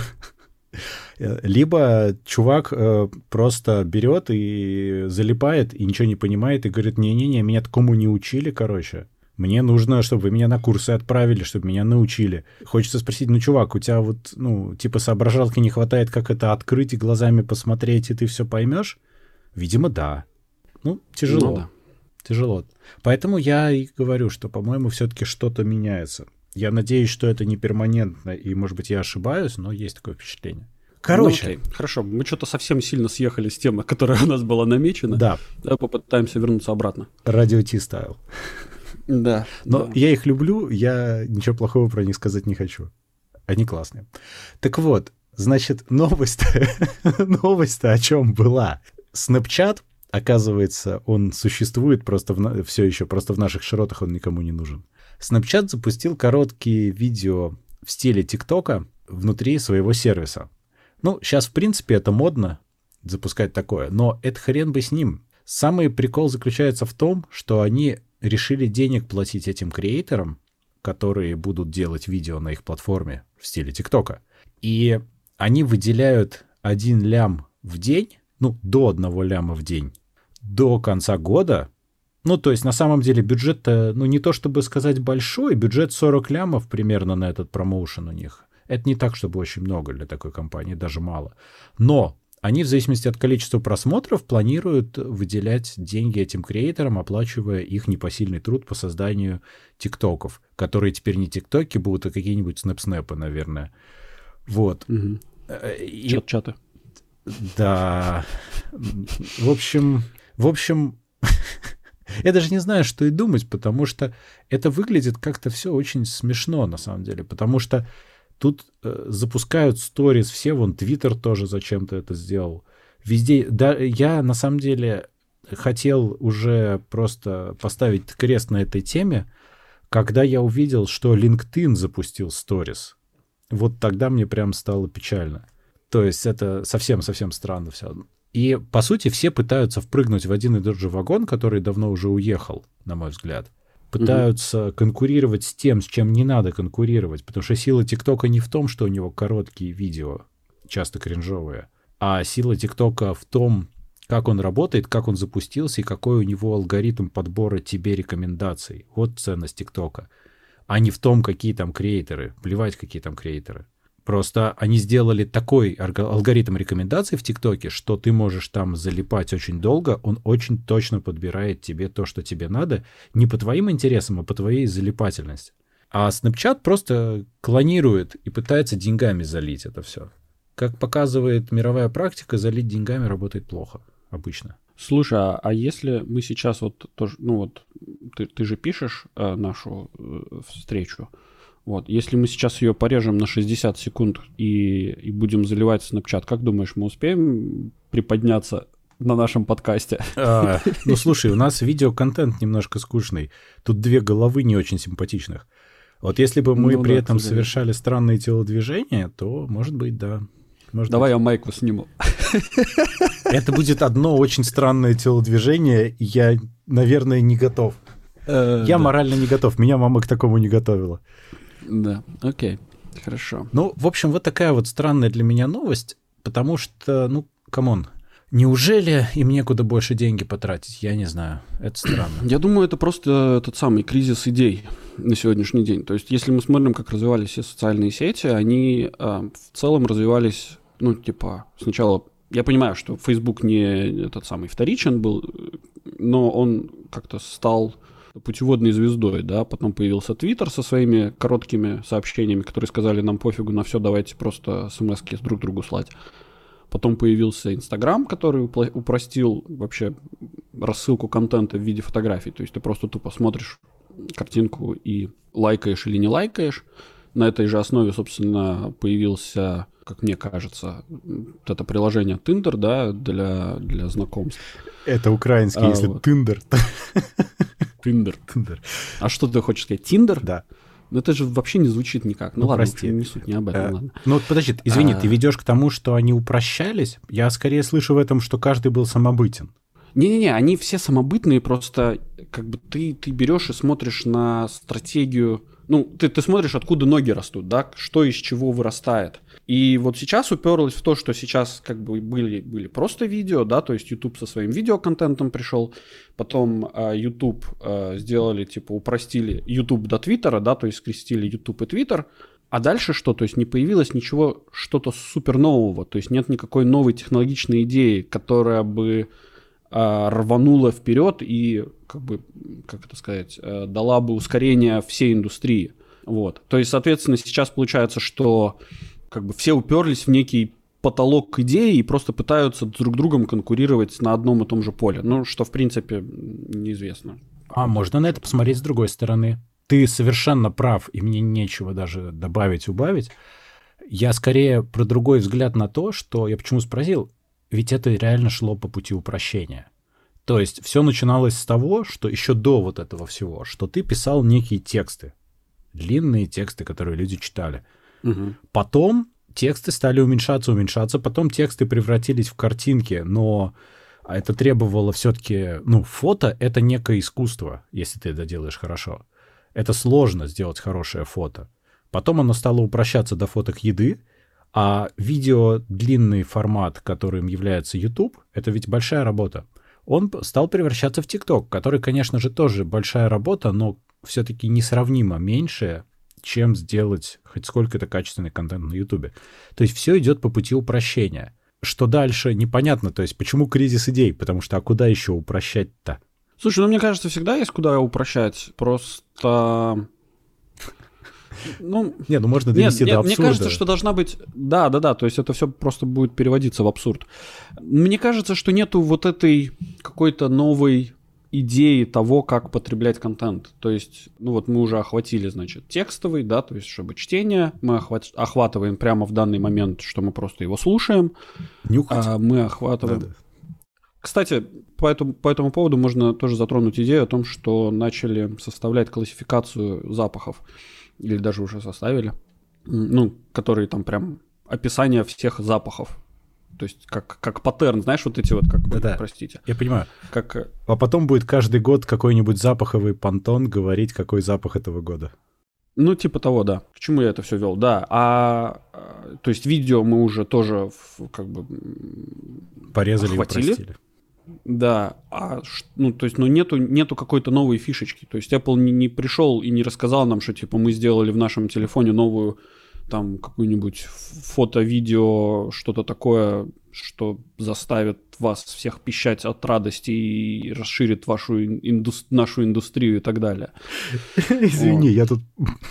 Либо чувак э, просто берет и залипает, и ничего не понимает, и говорит, не-не-не, меня такому не учили, короче. Мне нужно, чтобы вы меня на курсы отправили, чтобы меня научили. Хочется спросить, ну, чувак, у тебя вот, ну, типа соображалки не хватает, как это открыть и глазами посмотреть, и ты все поймешь? Видимо, да. Ну, тяжело. Ну, да. Тяжело. Поэтому я и говорю, что, по-моему, все-таки что-то меняется. Я надеюсь, что это не перманентно, и, может быть, я ошибаюсь, но есть такое впечатление. Короче. Ну, хорошо, мы что-то совсем сильно съехали с темы, которая у нас была намечена. Да. Давай попытаемся вернуться обратно. Радио Ти-стайл. Да. Но да. я их люблю, я ничего плохого про них сказать не хочу. Они классные. Так вот, значит, новость, новость-то о чем была? Snapchat, оказывается, он существует просто в, все еще, просто в наших широтах он никому не нужен. Snapchat запустил короткие видео в стиле ТикТока внутри своего сервиса. Ну, сейчас, в принципе, это модно запускать такое, но это хрен бы с ним. Самый прикол заключается в том, что они решили денег платить этим креаторам, которые будут делать видео на их платформе в стиле ТикТока. И они выделяют один лям в день, ну, до одного ляма в день, до конца года. Ну, то есть, на самом деле, бюджет-то, ну, не то чтобы сказать большой, бюджет сорок лямов примерно на этот промоушен у них. Это не так, чтобы очень много для такой компании, даже мало. Но они в зависимости от количества просмотров планируют выделять деньги этим креаторам, оплачивая их непосильный труд по созданию тиктоков, которые теперь не тиктоки будут, а какие-нибудь снэп-снэпы, наверное. Вот. Угу. И... Чат-чаты. Да. В общем, в общем, я даже не знаю, что и думать, потому что это выглядит как-то все очень смешно, на самом деле, потому что тут э, запускают сторис все, вон Твиттер тоже зачем-то это сделал. Везде, да, я на самом деле хотел уже просто поставить крест на этой теме, когда я увидел, что LinkedIn запустил сторис. Вот тогда мне прям стало печально. То есть это совсем-совсем странно все. И, по сути, все пытаются впрыгнуть в один и тот же вагон, который давно уже уехал, на мой взгляд. Пытаются mm-hmm. конкурировать с тем, с чем не надо конкурировать, потому что сила ТикТока не в том, что у него короткие видео, часто кринжовые, а сила ТикТока в том, как он работает, как он запустился и какой у него алгоритм подбора тебе рекомендаций. Вот ценность ТикТока. А не в том, какие там креаторы. Плевать, какие там креаторы. Просто они сделали такой алгоритм рекомендаций в ТикТоке, что ты можешь там залипать очень долго, он очень точно подбирает тебе то, что тебе надо, не по твоим интересам, а по твоей залипательности. А Snapchat просто клонирует и пытается деньгами залить это все. Как показывает мировая практика, залить деньгами работает плохо обычно. Слушай, а, а если мы сейчас вот тоже, ну вот, ты, ты же пишешь э, нашу э, встречу, вот, если мы сейчас ее порежем на шестьдесят секунд и, и будем заливать Snapchat, как думаешь, мы успеем приподняться на нашем подкасте? А, ну, слушай, у нас видеоконтент немножко скучный. Тут две головы не очень симпатичных. Вот если бы мы ну, при да, этом совершали странные телодвижения, то, может быть, да. Может Давай быть. Я майку сниму. Это будет одно очень странное телодвижение, и я, наверное, не готов. Я да. морально не готов. Меня мама к такому не готовила. Да, окей, хорошо. Ну, в общем, вот такая вот странная для меня новость, потому что, ну, камон, неужели им некуда больше деньги потратить? Я не знаю, это странно. Я думаю, это просто тот самый кризис идей на сегодняшний день. То есть, если мы смотрим, как развивались все социальные сети, они э, в целом развивались, ну, типа, сначала... Я понимаю, что Facebook не этот самый вторичен был, но он как-то стал... путеводной звездой, да, потом появился Твиттер со своими короткими сообщениями, которые сказали, нам пофигу на все, давайте просто смс-ки друг другу слать. Потом появился Инстаграм, который упростил вообще рассылку контента в виде фотографий, то есть ты просто тупо смотришь картинку и лайкаешь или не лайкаешь. На этой же основе, собственно, появился как мне кажется, вот это приложение Tinder, да, для, для знакомств. Это украинский, а, если вот. Tinder. Tinder. Tinder. А что ты хочешь сказать? Tinder? Да. Ну это же вообще не звучит никак. Ну, ну ладно, прости. Не суть, не об этом, а, ладно. Ну вот подожди, извини, а... ты ведешь к тому, что они упрощались? Я скорее слышу в этом, что каждый был самобытен. Не-не-не, они все самобытные, просто как бы ты, ты берешь и смотришь на стратегию, ну, ты, ты смотришь, откуда ноги растут, да, что из чего вырастает. И вот сейчас уперлось в то, что сейчас как бы были, были просто видео, да, то есть YouTube со своим видеоконтентом пришел, потом э, YouTube э, сделали, типа, упростили YouTube до Твиттера, да, то есть скрестили YouTube и Twitter. А дальше что? То есть не появилось ничего, что-то супер нового, то есть нет никакой новой технологичной идеи, которая бы рванула вперед и, как бы, как это сказать, дала бы ускорение всей индустрии. Вот. То есть, соответственно, сейчас получается, что как бы все уперлись в некий потолок идей и просто пытаются друг с другом конкурировать на одном и том же поле. Ну, что, в принципе, неизвестно. А можно на это посмотреть с другой стороны. Ты совершенно прав, и мне нечего даже добавить, убавить. Я скорее про другой взгляд на то, что я почему спросил, ведь это реально шло по пути упрощения. То есть все начиналось с того, что еще до вот этого всего, что ты писал некие тексты, длинные тексты, которые люди читали. Угу. Потом тексты стали уменьшаться, уменьшаться, потом тексты превратились в картинки, но это требовало все-таки, ну, фото — это некое искусство, если ты это делаешь хорошо. Это сложно сделать хорошее фото. Потом оно стало упрощаться до фоток еды, а видео, длинный формат, которым является YouTube, это ведь большая работа. Он стал превращаться в TikTok, который, конечно же, тоже большая работа, но все-таки несравнимо меньшая, чем сделать хоть сколько-то качественный контент на YouTube. То есть все идет по пути упрощения. Что дальше, непонятно. То есть почему кризис идей? Потому что а куда еще упрощать-то? Слушай, ну мне кажется, всегда есть куда упрощать. Просто... Ну, не, ну можно довести нет, до абсурда. Мне кажется, что должна быть... Да, да, да, то есть это все просто будет переводиться в абсурд. Мне кажется, что нету вот этой какой-то новой идеи того, как потреблять контент. То есть, ну вот мы уже охватили, значит, текстовый, да, то есть чтобы чтение, мы охват... охватываем прямо в данный момент, что мы просто его слушаем. Нюхать. А мы охватываем... Да, да. Кстати, по этому, по этому поводу можно тоже затронуть идею о том, что начали составлять классификацию запахов. Или даже уже составили, ну, которые там прям описание всех запахов. То есть как, как паттерн, знаешь, вот эти вот, как бы, да, простите. Я понимаю. Как... А потом будет каждый год какой-нибудь запаховый пантон говорить, какой запах этого года. Ну, типа того, да. К чему я это все вел? Да, а то есть видео мы уже тоже как бы порезали охватили. И упростили. Да, а, ну, то есть, ну, нету, нету какой-то новой фишечки. То есть Apple не, не пришел и не рассказал нам, что, типа, мы сделали в нашем телефоне новую, там, какую-нибудь фото-видео, что-то такое, что заставит вас всех пищать от радости и расширит вашу инду... нашу индустрию и так далее. Извини, я тут...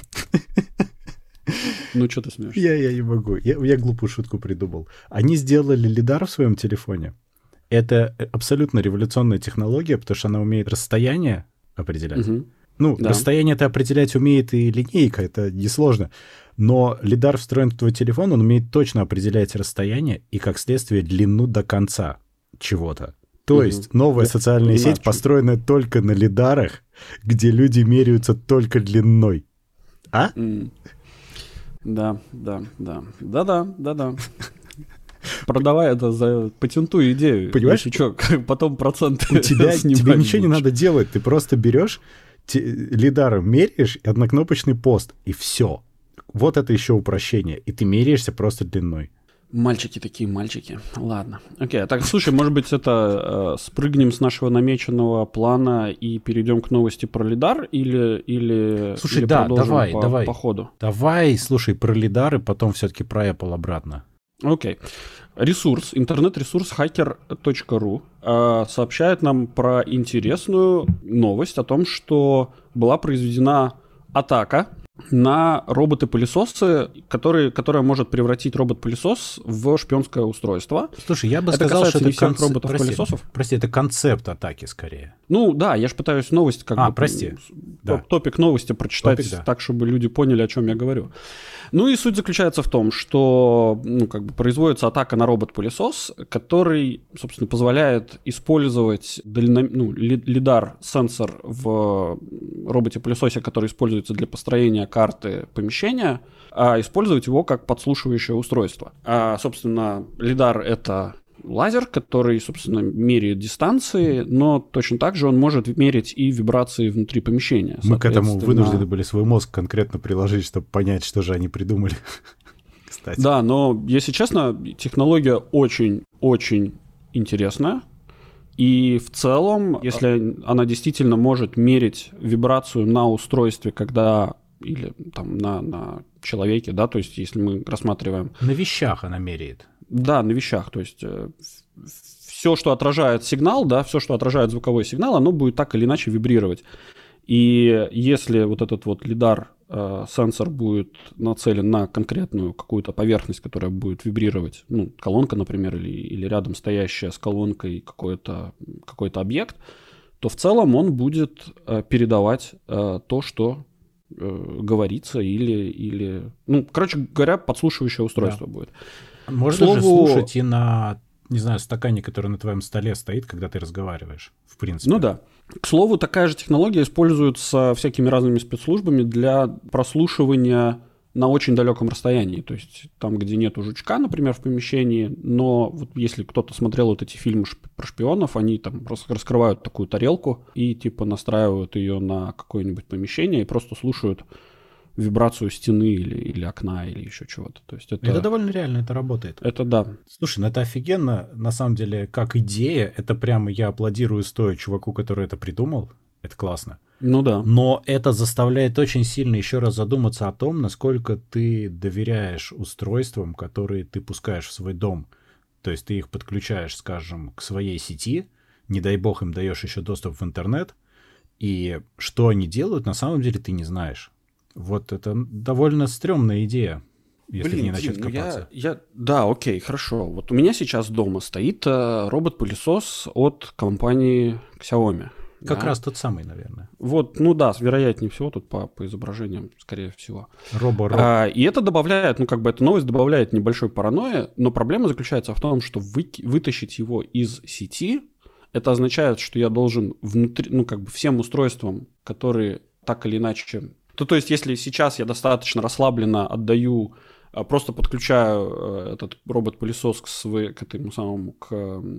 Ну, что ты смеешься? Я, я не могу. Я, я глупую шутку придумал. Они сделали лидар в своем телефоне. Это абсолютно революционная технология, потому что она умеет расстояние определять. Угу. Ну, да. Расстояние это определять умеет и линейка, это несложно. Но лидар встроен в твой телефон, он умеет точно определять расстояние и, как следствие, длину до конца чего-то. То угу. есть новая я социальная понимаю, сеть, построенная только на лидарах, где люди меряются только длиной. А? Mm. Да, да, да. Да-да, да-да. Продавай это за патентуй идею. Понимаешь? Если что, потом проценты У тебя, тебе ничего не надо делать. Ты просто берешь те, лидаром меряешь и однокнопочный пост, и все. Вот это еще упрощение. И ты меряешься просто длиной. Мальчики такие мальчики. Ладно. Окей, так, слушай, может быть, это э, спрыгнем с нашего намеченного плана и перейдем к новости про лидар или, или, слушай, или да, продолжим давай, по, давай. по ходу? Давай, слушай, про лидар и потом все-таки про Apple обратно. Окей. Okay. Ресурс, интернет-ресурс hacker точка ру э, сообщает нам про интересную новость о том, что была произведена атака на роботы-пылесосы, которые, которая может превратить робот-пылесос в шпионское устройство. Слушай, я бы это сказал, что это концепт роботов-пылесосов. Прости, прости, это концепт атаки скорее. Ну да, я же пытаюсь новость как а, бы... прости. Да. Топик новости прочитать Топик, да. так, чтобы люди поняли, о чем я говорю. Ну и суть заключается в том, что ну, как бы производится атака на робот-пылесос, который, собственно, позволяет использовать дальном... ну, лидар-сенсор в роботе-пылесосе, который используется для построения карты помещения, а использовать его как подслушивающее устройство. А, собственно, лидар — это лазер, который, собственно, меряет дистанции, но точно так же он может мерить и вибрации внутри помещения. Мы к этому вынуждены были свой мозг конкретно приложить, чтобы понять, что же они придумали. Кстати. Да, но, если честно, технология очень-очень интересная. И в целом, если она действительно может мерить вибрацию на устройстве, когда или там на, на человеке, да, то есть если мы рассматриваем... На вещах она меряет. Да, на вещах, то есть э, все, что отражает сигнал, да, все, что отражает звуковой сигнал, оно будет так или иначе вибрировать. И если вот этот вот лидар, э, сенсор будет нацелен на конкретную какую-то поверхность, которая будет вибрировать, ну, колонка, например, или, или рядом стоящая с колонкой какой-то, какой-то объект, то в целом он будет э, передавать э, то, что э, говорится, или, или... Ну, короче говоря, подслушивающее устройство да. будет. Можно слову... же слушать и на, не знаю, стакане, который на твоем столе стоит, когда ты разговариваешь, в принципе. Ну да. К слову, такая же технология используется всякими разными спецслужбами для прослушивания на очень далеком расстоянии. То есть там, где нету жучка, например, в помещении, но вот если кто-то смотрел вот эти фильмы про шпионов, они там просто раскрывают такую тарелку и типа настраивают ее на какое-нибудь помещение и просто слушают вибрацию стены или, или окна, или еще чего-то. То есть это... это довольно реально, это работает. Это да. Слушай, ну это офигенно. На самом деле, как идея, это прямо я аплодирую стоя чуваку, который это придумал. Это классно. Ну да. Но это заставляет очень сильно еще раз задуматься о том, насколько ты доверяешь устройствам, которые ты пускаешь в свой дом. То есть ты их подключаешь, скажем, к своей сети, не дай бог им даешь еще доступ в интернет, и что они делают, на самом деле ты не знаешь. Вот это довольно стрёмная идея, если Блин, в ней начать Дим, ну копаться. Я, я, да, окей, хорошо. Вот у меня сейчас дома стоит э, робот-пылесос от компании Xiaomi. Как да? раз тот самый, наверное. Вот, ну да, вероятнее всего, тут по, по изображениям, скорее всего. Робо-робо. А, и это добавляет, ну как бы эта новость добавляет небольшой паранойи, но проблема заключается в том, что вы, вытащить его из сети, это означает, что я должен внутри, ну как бы всем устройствам, которые так или иначе... То, то есть, если сейчас я достаточно расслабленно отдаю, просто подключаю этот робот-пылесос к, своей, к этому самому, к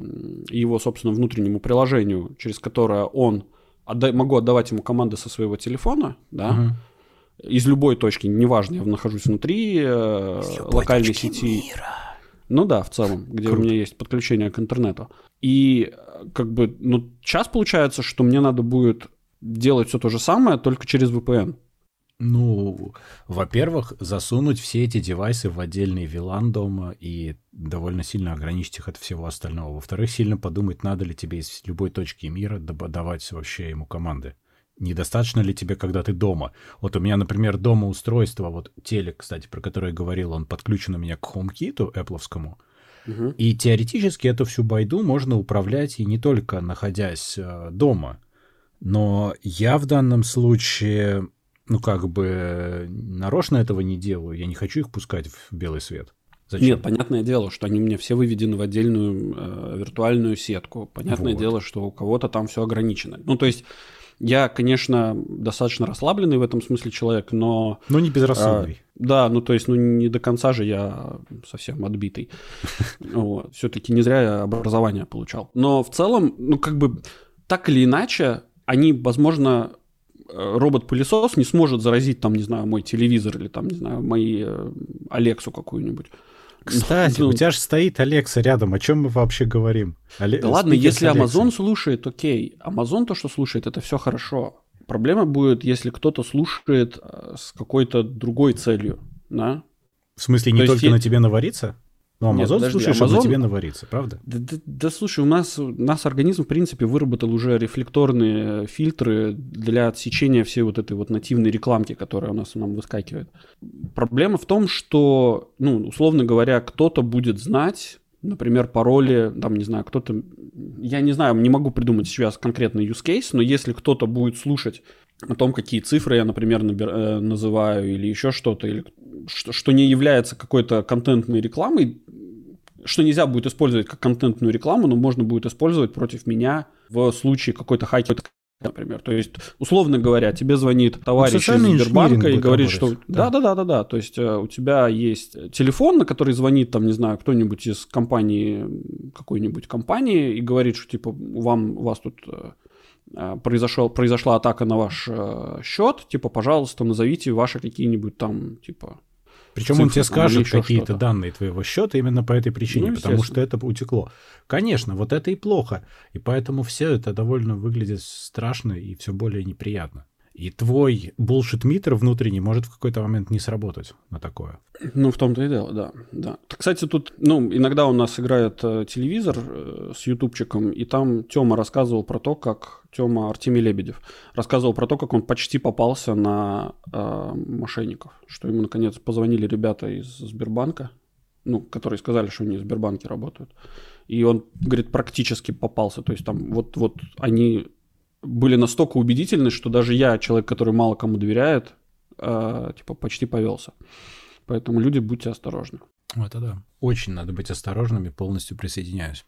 его, собственно, внутреннему приложению, через которое он, отда- могу отдавать ему команды со своего телефона, да, uh-huh. из любой точки, неважно, я нахожусь внутри локальной сети. Мира. Ну да, в целом, где Круто. У меня есть подключение к интернету. И как бы, ну, сейчас получается, что мне надо будет делать все то же самое, только через ви пи эн. Ну, во-первых, засунуть все эти девайсы в отдельный вилан дома и довольно сильно ограничить их от всего остального. Во-вторых, сильно подумать, надо ли тебе из любой точки мира давать вообще ему команды. Недостаточно ли тебе, когда ты дома? Вот у меня, например, дома устройство, вот телек, кстати, про которое я говорил, он подключен у меня к HomeKit Apple'овскому. Угу. И теоретически эту всю байду можно управлять и не только находясь э, дома. Но я в данном случае... Ну, как бы нарочно этого не делаю. Я не хочу их пускать в белый свет. Зачем? Нет, понятное дело, что они у меня все выведены в отдельную э, виртуальную сетку. Понятное вот. дело, что у кого-то там все ограничено. Ну, то есть, я, конечно, достаточно расслабленный в этом смысле человек, но... Но не безрассудный. Э, да, ну, то есть, ну, не до конца же я совсем отбитый. Все-таки не зря я образование получал. Но в целом, ну, как бы, так или иначе, они, возможно... робот-пылесос не сможет заразить, там, не знаю, мой телевизор или, там, не знаю, мои Алексу какую-нибудь. Кстати, ну, у тебя же стоит Алекса рядом, о чем мы вообще говорим? Але... Да ладно, если Amazon слушает, окей. Amazon то, что слушает, это все хорошо. Проблема будет, если кто-то слушает с какой-то другой целью, да? В смысле, не то только есть... на тебе навариться? Ну, Amazon, Нет, подожди, слушай, Amazon... чтобы тебе навариться, правда? Да, да, да слушай, у нас, у нас организм, в принципе, выработал уже рефлекторные фильтры для отсечения всей вот этой вот нативной рекламки, которая у нас нам выскакивает. Проблема в том, что, ну, условно говоря, кто-то будет знать, например, пароли, там, не знаю, кто-то... Я не знаю, не могу придумать сейчас конкретный use case, но если кто-то будет слушать о том, какие цифры я, например, набир, э, называю или еще что-то, или что, что не является какой-то контентной рекламой, что нельзя будет использовать как контентную рекламу, но можно будет использовать против меня в случае какой-то хайки, например. То есть, условно говоря, тебе звонит товарищ из Сбербанка и говорит, что да-да-да-да-да, то есть у тебя есть телефон, на который звонит, там, не знаю, кто-нибудь из компании, какой-нибудь компании, и говорит, что типа вам, у вас тут произошел, произошла атака на ваш счет, типа, пожалуйста, назовите ваши какие-нибудь там, типа... Причем цифры, он тебе скажет какие-то что-то. Данные твоего счета именно по этой причине, ну, потому что это утекло. Конечно, вот это и плохо. И поэтому все это довольно выглядит страшно и все более неприятно. И твой булшит-митер внутренний может в какой-то момент не сработать на такое. Ну, в том-то и дело, да. да. Кстати, тут, ну, иногда у нас играет э, телевизор э, с ютубчиком, и там Тёма рассказывал про то, как... Тёма Артемий Лебедев рассказывал про то, как он почти попался на э, мошенников. Что ему, наконец, позвонили ребята из Сбербанка, ну, которые сказали, что они в Сбербанке работают. И он, говорит, практически попался. То есть там вот, вот они... были настолько убедительны, что даже я, человек, который мало кому доверяет, э, типа почти повелся. Поэтому люди, будьте осторожны. Это да. Очень надо быть осторожными, полностью присоединяюсь.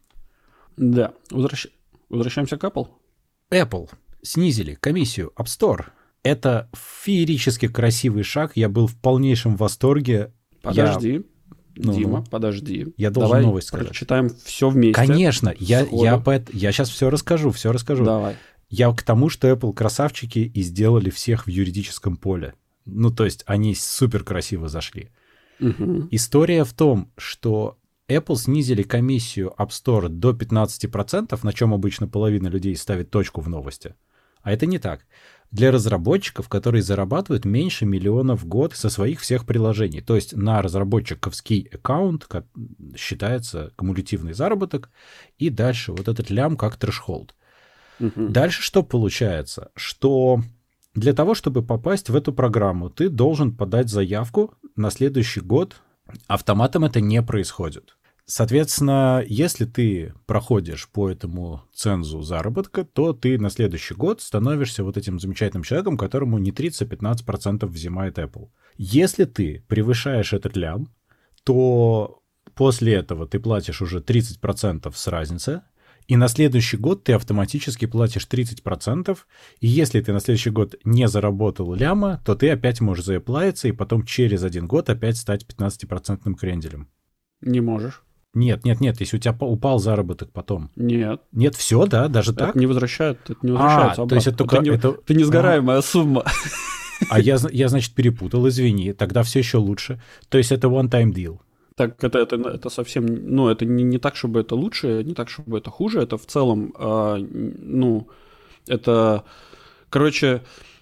Да. Возвращ... Возвращаемся к Apple. Apple снизили комиссию App Store. Это феерически красивый шаг. Я был в полнейшем восторге. Подожди. Я... Дима, ну, подожди. Я должен Давай новость сказать. Прочитаем все вместе. Конечно. Я, я, по... я сейчас все расскажу, все расскажу. Давай. Я к тому, что Apple красавчики и сделали всех в юридическом поле. Ну, то есть они супер красиво зашли. Угу. История в том, что Apple снизили комиссию App Store до пятнадцать процентов, на чем обычно половина людей ставит точку в новости. А это не так. Для разработчиков, которые зарабатывают меньше миллиона в год со своих всех приложений. То есть на разработчиковский аккаунт считается кумулятивный заработок, и дальше вот этот лям как трэшхолд. Угу. Дальше что получается? Что для того, чтобы попасть в эту программу, ты должен подать заявку на следующий год. Автоматом это не происходит. Соответственно, если ты проходишь по этому цензу заработка, то ты на следующий год становишься вот этим замечательным человеком, которому не тридцать, а пятнадцать процентов взимает Apple. Если ты превышаешь этот лям, то после этого ты платишь уже тридцать процентов с разницы, и на следующий год ты автоматически платишь тридцать процентов, и если ты на следующий год не заработал ляма, то ты опять можешь заэплавиться, и потом через один год опять стать пятнадцатипроцентным кренделем. Не можешь. Нет, нет, нет, если у тебя упал заработок потом. Нет. Нет, все, да, даже это так? не возвращают, это не возвращается а, обратно. То есть это только... Это, это... это несгораемая а. сумма. А я, я, значит, перепутал, извини, тогда все еще лучше. То есть это one-time deal. Так, это, это, это совсем, ну, это не, не так, чтобы это лучше, не так, чтобы это хуже, это в целом, э, ну, это, короче,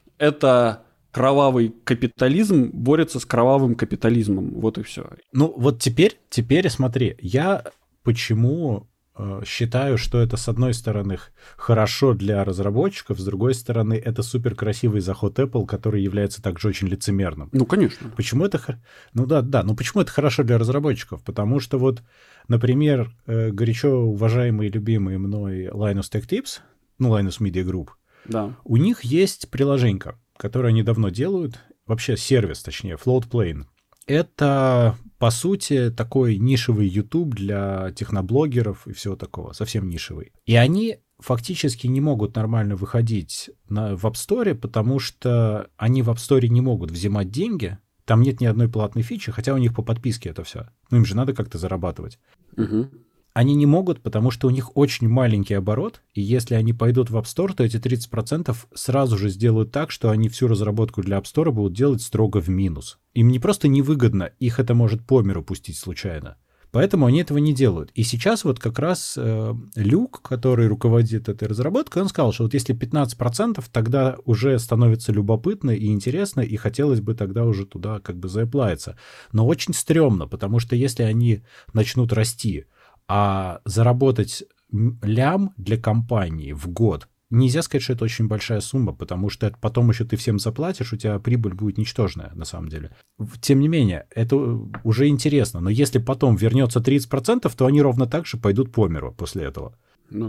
это кровавый капитализм борется с кровавым капитализмом, вот и все. Ну, вот теперь, теперь смотри, я почему э, считаю, что это, с одной стороны, хорошо для разработчиков, с другой стороны, это суперкрасивый заход Apple, который является также очень лицемерным. Ну, конечно. Почему это... Ну, да, да, но почему это хорошо для разработчиков? Потому что вот, например, э, горячо уважаемый и любимый мной Linus Tech Tips, ну, Linus Media Group, да. У них есть приложенька, которое они давно делают, вообще сервис, точнее, Floatplane. Это, по сути, такой нишевый YouTube для техноблогеров и всего такого, совсем нишевый. И они фактически не могут нормально выходить на, в App Store, потому что они в App Store не могут взимать деньги, там нет ни одной платной фичи, хотя у них по подписке это все. Ну, им же надо как-то зарабатывать. Угу. Они не могут, потому что у них очень маленький оборот, и если они пойдут в App Store, то эти тридцать процентов сразу же сделают так, что они всю разработку для App Store будут делать строго в минус. Им не просто невыгодно, их это может по миру пустить случайно. Поэтому они этого не делают. И сейчас вот как раз э, Люк, который руководит этой разработкой, он сказал, что вот если пятнадцать процентов, тогда уже становится любопытно и интересно, и хотелось бы тогда уже туда как бы заэплавиться. Но очень стрёмно, потому что если они начнут расти, а заработать лям для компании в год, нельзя сказать, что это очень большая сумма, потому что это потом еще ты всем заплатишь, у тебя прибыль будет ничтожная на самом деле. Тем не менее, это уже интересно, но если потом вернется тридцать процентов, то они ровно так же пойдут по миру после этого. Ну да.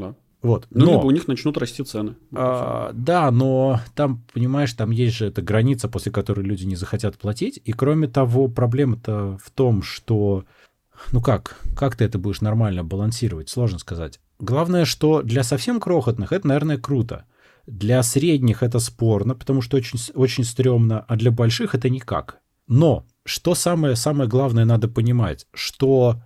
Вот. Ну, но, либо у них начнут расти цены. А, да, но там, понимаешь, там есть же эта граница, после которой люди не захотят платить. И кроме того, проблема-то в том, что... Ну как? Как ты это будешь нормально балансировать? Сложно сказать. Главное, что для совсем крохотных это, наверное, круто. Для средних это спорно, потому что очень, очень стрёмно, а для больших это никак. Но что самое, самое главное надо понимать, что,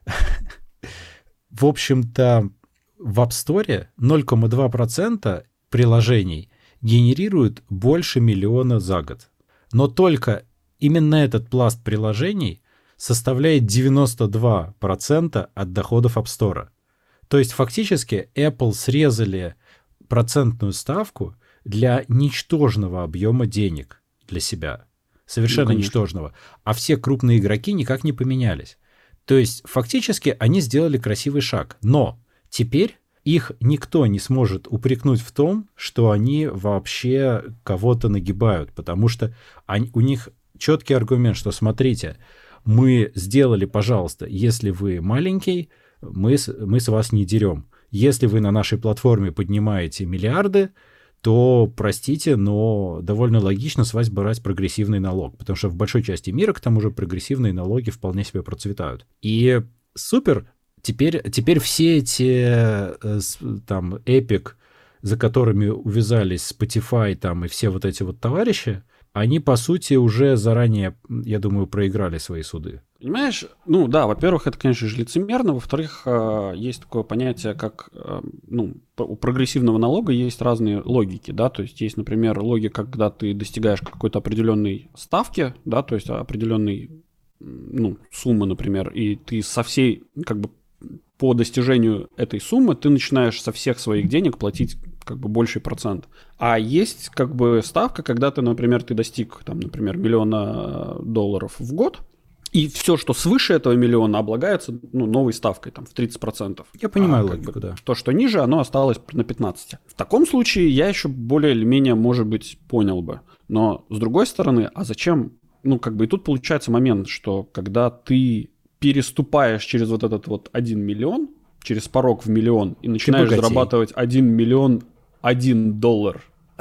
в общем-то, в App Store ноль целых два десятых процента приложений генерируют больше миллиона за год. Но только именно этот пласт приложений составляет девяносто два процента от доходов App Store. То есть фактически Apple срезали процентную ставку для ничтожного объема денег для себя. Совершенно ну, ничтожного. А все крупные игроки никак не поменялись. То есть фактически они сделали красивый шаг. Но теперь их никто не сможет упрекнуть в том, что они вообще кого-то нагибают. Потому что они, у них четкий аргумент, что смотрите, мы сделали, пожалуйста, если вы маленький, мы, мы с вас не дерем. Если вы на нашей платформе поднимаете миллиарды, то, простите, но довольно логично с вас брать прогрессивный налог, потому что в большой части мира, к тому же, прогрессивные налоги вполне себе процветают. И супер, теперь, теперь все эти там Epic, за которыми увязались Spotify там, и все вот эти вот товарищи, они, по сути, уже заранее, я думаю, проиграли свои суды. Понимаешь, ну да, во-первых, это, конечно же, лицемерно, во-вторых, есть такое понятие, как, ну, у прогрессивного налога есть разные логики, да, то есть есть, например, логика, когда ты достигаешь какой-то определенной ставки, да, то есть определенной, ну, суммы, например, и ты со всей, как бы, по достижению этой суммы ты начинаешь со всех своих денег платить как бы больший процент. А есть как бы ставка, когда ты, например, ты достиг, там, например, миллиона долларов в год, и все, что свыше этого миллиона, облагается, ну, новой ставкой, там, в тридцать процентов. Я понимаю а, логику, как бы, да. То, что ниже, оно осталось на пятнадцать процентов. В таком случае я еще более или менее, может быть, понял бы. Но, с другой стороны, а зачем? Ну, как бы и тут получается момент, что когда ты переступаешь через вот этот вот один миллион, через порог в миллион, и начинаешь зарабатывать один миллион один доллар,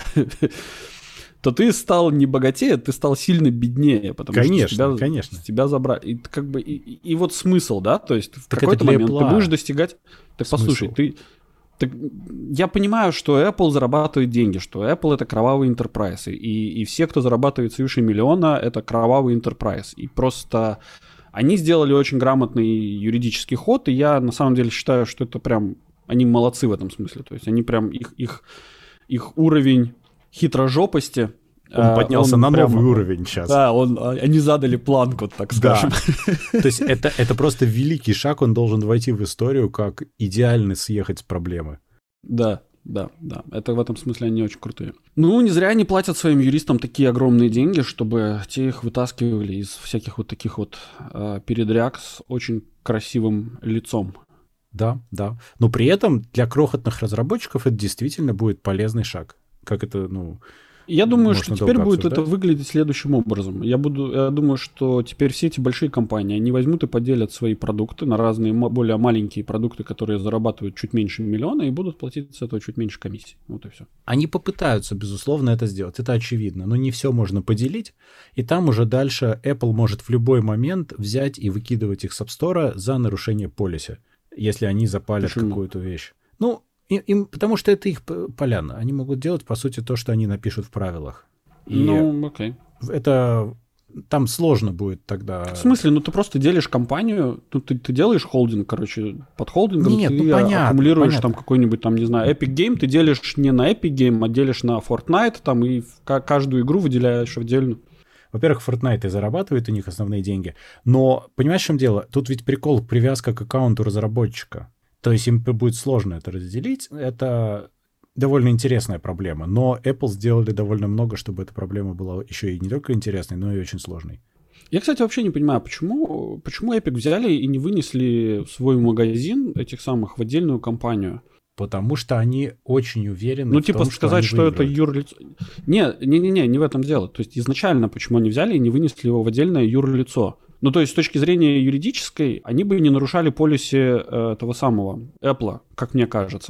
то ты стал не богатее, ты стал сильно беднее, потому конечно, что тебя, конечно. тебя забрали. И, как бы, и, и вот смысл, да, то есть в так какой-то момент ты будешь достигать... Так смысл. Послушай, ты... Так, я понимаю, что Apple зарабатывает деньги, что Apple — это кровавый enterprise, и, и все, кто зарабатывает свыше миллиона, это кровавый enterprise. И просто... Они сделали очень грамотный юридический ход, и я на самом деле считаю, что это прям... Они молодцы в этом смысле. То есть они прям... Их, их, их уровень хитрожопости... Он поднялся он на прям, новый уровень сейчас. Да, он, они задали планку, так скажем. Да. То есть это, это просто великий шаг, он должен войти в историю как идеально съехать с проблемы. Да. Да, да, это в этом смысле они очень крутые. Ну, не зря они платят своим юристам такие огромные деньги, чтобы те их вытаскивали из всяких вот таких вот э, передряг с очень красивым лицом. Да, да. Но при этом для крохотных разработчиков это действительно будет полезный шаг. Как это, ну... Я думаю, что теперь будет это выглядеть следующим образом. Я, буду, я думаю, что теперь все эти большие компании, они возьмут и поделят свои продукты на разные более маленькие продукты, которые зарабатывают чуть меньше миллиона, и будут платить с этого чуть меньше комиссий. Вот и все. Они попытаются, безусловно, это сделать. Это очевидно. Но не все можно поделить. И там уже дальше Apple может в любой момент взять и выкидывать их с App Store за нарушение полиси, если они запалят Почему? какую-то вещь. Ну, Им, потому что это их поляна. Они могут делать, по сути, то, что они напишут в правилах. И ну, окей. Это... Там сложно будет тогда... В смысле? Ну, ты просто делишь компанию, ну, ты, ты делаешь холдинг, короче, под холдингом Нет, ты ну, понятно, аккумулируешь понятно. там какой-нибудь, там, не знаю, Epic Game, ты делишь не на Epic Game, а делишь на Fortnite, там, и каждую игру выделяешь отдельно. Во-первых, Fortnite и зарабатывает у них основные деньги. Но, понимаешь, в чем дело? Тут ведь прикол, привязка к аккаунту разработчика. То есть им будет сложно это разделить. Это довольно интересная проблема. Но Apple сделали довольно много, чтобы эта проблема была еще и не только интересной, но и очень сложной. Я, кстати, вообще не понимаю, почему, почему Epic взяли и не вынесли свой магазин этих самых в отдельную компанию. Потому что они очень уверены ну, в типа том, сказать, что, что это юрлицо. Не, не, не, не, не в этом дело. То есть изначально почему они взяли и не вынесли его в отдельное юрлицо. Ну, то есть, с точки зрения юридической, они бы не нарушали полиси э, того самого Apple, как мне кажется.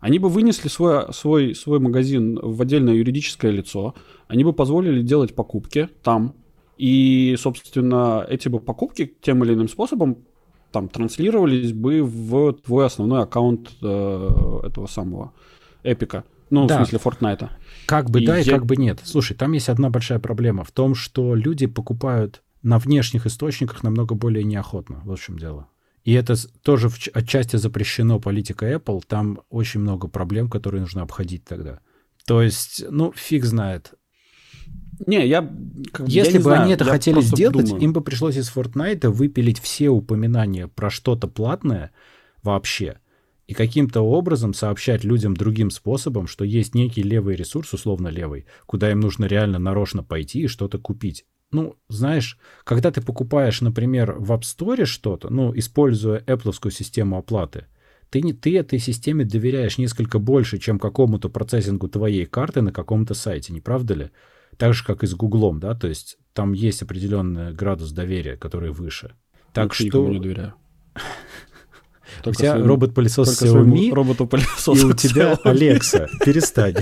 Они бы вынесли свой, свой, свой магазин в отдельное юридическое лицо, они бы позволили делать покупки там, и, собственно, эти бы покупки тем или иным способом там транслировались бы в твой основной аккаунт э, этого самого Эпика. Ну, да. В смысле, Fortnite. Как бы и да, я... и как бы нет. Слушай, там есть одна большая проблема в том, что люди покупают на внешних источниках намного более неохотно. Вот в чем дело. И это тоже в, отчасти запрещено политикой Apple. Там очень много проблем, которые нужно обходить тогда. То есть, ну, фиг знает. Не, я... Как, Если я не бы знаю, они это хотели сделать, думаю. им бы пришлось из Fortnite выпилить все упоминания про что-то платное вообще. И каким-то образом сообщать людям другим способом, что есть некий левый ресурс, условно левый, куда им нужно реально нарочно пойти и что-то купить. Ну, знаешь, когда ты покупаешь, например, в App Store что-то, ну, используя Apple-овскую систему оплаты, ты, не, ты этой системе доверяешь несколько больше, чем какому-то процессингу твоей карты на каком-то сайте, не правда ли? Так же, как и с Гуглом, да, то есть там есть определенный градус доверия, который выше. Так я что... не доверяю. У тебя своему, робот-пылесос Xiaomi, роботу-пылесосу и у тебя Alexa. Перестань.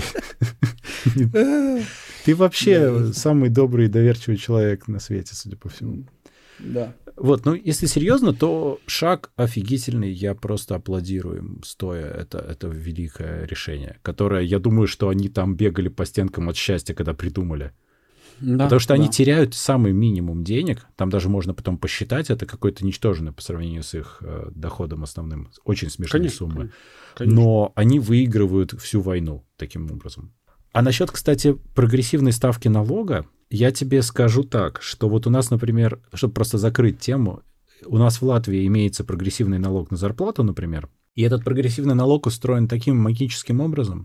Ты вообще самый добрый и доверчивый человек на свете, судя по всему. Да. Вот, ну, если серьезно, то шаг офигительный, я просто аплодирую им стоя. Это, это великое решение, которое, я думаю, что они там бегали по стенкам от счастья, когда придумали. Да, Потому что да. они теряют самый минимум денег, там даже можно потом посчитать, это какой-то ничтожный по сравнению с их э, доходом основным, очень смешные конечно, суммы. Конечно. Но они выигрывают всю войну таким образом. А насчет, кстати, прогрессивной ставки налога, я тебе скажу так, что вот у нас, например, чтобы просто закрыть тему, у нас в Латвии имеется прогрессивный налог на зарплату, например, и этот прогрессивный налог устроен таким магическим образом,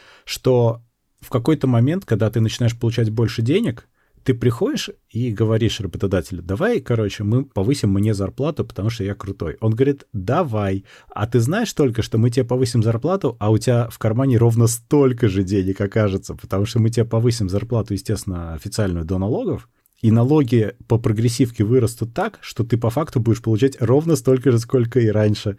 что в какой-то момент, когда ты начинаешь получать больше денег, ты приходишь и говоришь работодателю: давай, короче, мы повысим мне зарплату, потому что я крутой. Он говорит: давай. А ты знаешь только, что мы тебе повысим зарплату, а у тебя в кармане ровно столько же денег окажется, потому что мы тебе повысим зарплату, естественно, официальную до налогов, и налоги по прогрессивке вырастут так, что ты по факту будешь получать ровно столько же, сколько и раньше.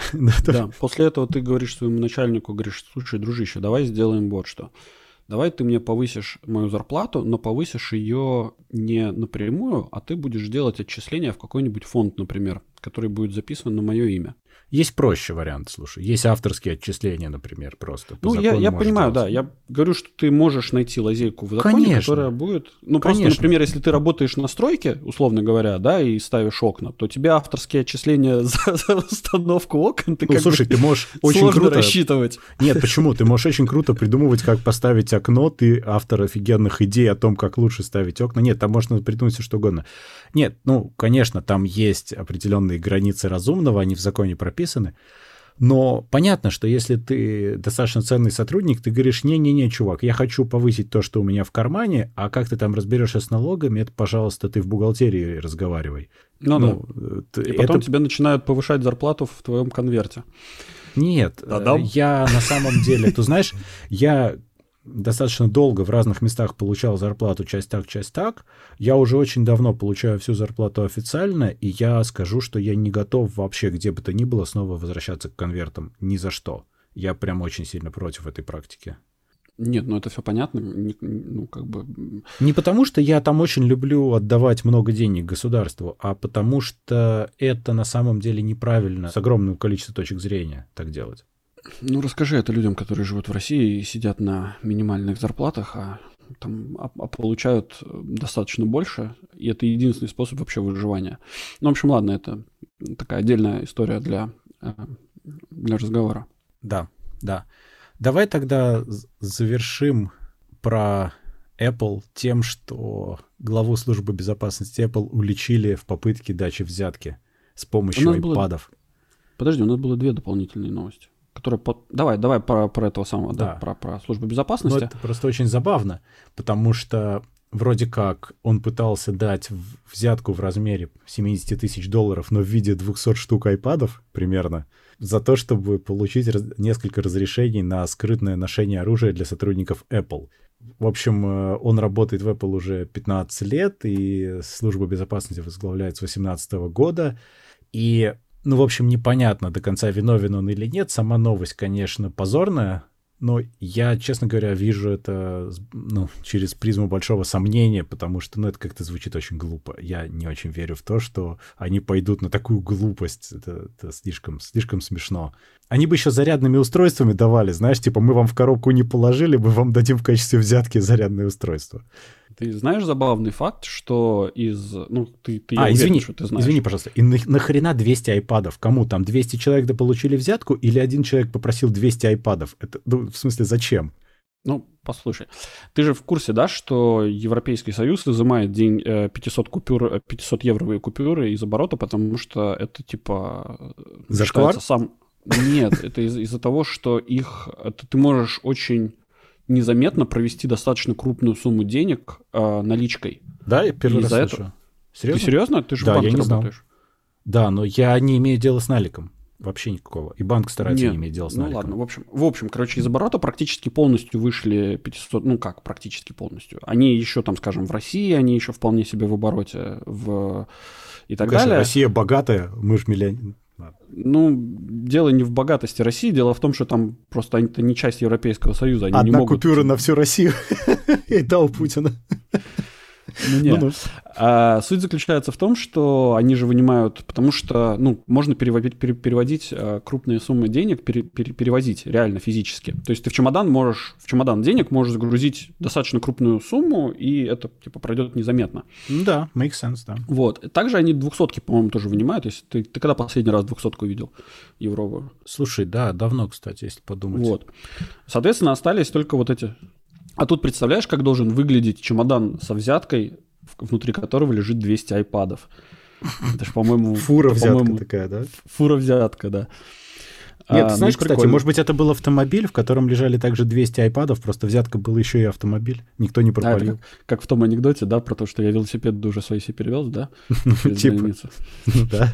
Да, после этого ты говоришь своему начальнику, говоришь: слушай, дружище, давай сделаем вот что. Давай ты мне повысишь мою зарплату, но повысишь ее не напрямую, а ты будешь делать отчисления в какой-нибудь фонд, например, который будет записан на мое имя. Есть проще вариант, слушай. Есть авторские отчисления, например, просто. Ну, я, я понимаю, делать. Да. Я говорю, что ты можешь найти лазейку в законе, Конечно. Которая будет... Ну, просто, Конечно. Например, если ты работаешь на стройке, условно говоря, да, и ставишь окна, то тебе авторские отчисления за, за установку окон ты ну, как слушай, бы ты можешь очень круто рассчитывать. Нет, почему? Ты можешь очень круто придумывать, как поставить окно. Ты автор офигенных идей о том, как лучше ставить окна. Нет, там можно придумать все что угодно. Нет, ну, конечно, там есть определенные границы разумного, они в законе прописаны. Но понятно, что если ты достаточно ценный сотрудник, ты говоришь: не-не-не, чувак, я хочу повысить то, что у меня в кармане, а как ты там разберешься с налогами, это, пожалуйста, ты в бухгалтерии разговаривай. Ну, ну да. И потом это... тебе начинают повышать зарплату в твоем конверте. Нет, Да-да. Я на самом деле, ты знаешь, я достаточно долго в разных местах получал зарплату часть так, часть так. Я уже очень давно получаю всю зарплату официально, и я скажу, что я не готов вообще где бы то ни было снова возвращаться к конвертам. Ни за что. Я прям очень сильно против этой практики. Нет, ну это все понятно. Не, ну, как бы... не потому, что я там очень люблю отдавать много денег государству, а потому что это на самом деле неправильно с огромным количеством точек зрения так делать. Ну, расскажи это людям, которые живут в России и сидят на минимальных зарплатах, а, там, а, а получают достаточно больше, и это единственный способ вообще выживания. Ну, в общем, ладно, это такая отдельная история для, для разговора. Да, да. Давай тогда завершим про Apple тем, что главу службы безопасности Apple уличили в попытке дачи взятки с помощью айпадов. Было... Подожди, у нас было две дополнительные новости. Которые под... Давай, давай про, про этого самого, да, да про, про службу безопасности. Ну, это просто очень забавно, потому что вроде как он пытался дать взятку в размере семьдесят тысяч долларов, но в виде двухсот штук айпадов примерно, за то, чтобы получить раз... несколько разрешений на скрытное ношение оружия для сотрудников Apple. В общем, он работает в Apple уже пятнадцать лет, и службу безопасности возглавляет с две тысячи восемнадцатого года, и Ну, в общем, непонятно до конца, виновен он или нет. Сама новость, конечно, позорная, но я, честно говоря, вижу это, ну, через призму большого сомнения, потому что, ну, это как-то звучит очень глупо. Я не очень верю в то, что они пойдут на такую глупость. Это, это слишком, слишком смешно. Они бы еще зарядными устройствами давали, знаешь, типа мы вам в коробку не положили, мы вам дадим в качестве взятки зарядное устройство. Ты знаешь забавный факт, что из... Ну, ты, ты а, я извини, уверен, что ты знаешь. Извини, пожалуйста. И на, нахрена двести айпадов? Кому там? двести человек получили взятку или один человек попросил двести айпадов? Это, ну, в смысле, зачем? Ну, послушай. Ты же в курсе, да, что Европейский Союз изымает день пятьсот купюр, пятьсот евровые купюры из оборота, потому что это, типа... Зашквар? Сам... Нет, это из- из-за того, что их... Это ты можешь очень... незаметно провести достаточно крупную сумму денег э, наличкой. Да, я первый И раз за слышу. это... Серьезно? Ты серьезно? Ты же Да, в банке я не знал. работаешь. Да, но я не имею дела с наликом. Вообще никакого. И банк старается Нет, не иметь дела с ну наликом. ладно, в общем, в общем, короче, из оборота практически полностью вышли пятьсот, ну как практически полностью. Они еще там, скажем, в России, они еще вполне себе в обороте, в... и так Конечно, далее. Россия богатая, мы же миллионеры. Ну, дело не в богатости России, дело в том, что там просто это не часть Европейского Союза. Они Одна не могут... купюра на всю Россию. И дал Путина. Ну, нет. А суть заключается в том, что они же вынимают, потому что, ну, можно переводить, пере- переводить а, крупные суммы денег, пере- пере- перевозить реально физически. То есть ты в чемодан можешь, в чемодан денег можешь загрузить достаточно крупную сумму, и это, типа, пройдет незаметно. Ну да, makes sense, да. Вот. Также они двухсотки, по-моему, тоже вынимают. Если ты, ты когда последний раз двухсотку видел евровую? Слушай, да, давно, кстати, если подумать. Вот. Соответственно, остались только вот эти... А тут представляешь, как должен выглядеть чемодан со взяткой, внутри которого лежит двести айпадов. Это же, по-моему... Фура это, взятка по-моему, такая, да? Фура взятка, да. Нет, А, ты знаешь, ну, кстати, прикольно. может быть, это был автомобиль, в котором лежали также двести айпадов, просто взятка был еще и автомобиль. Никто не А, это пропалил. как, как в том анекдоте, да, про то, что я велосипед уже свои себе перевез, да? Через Типа. границу. Ну да.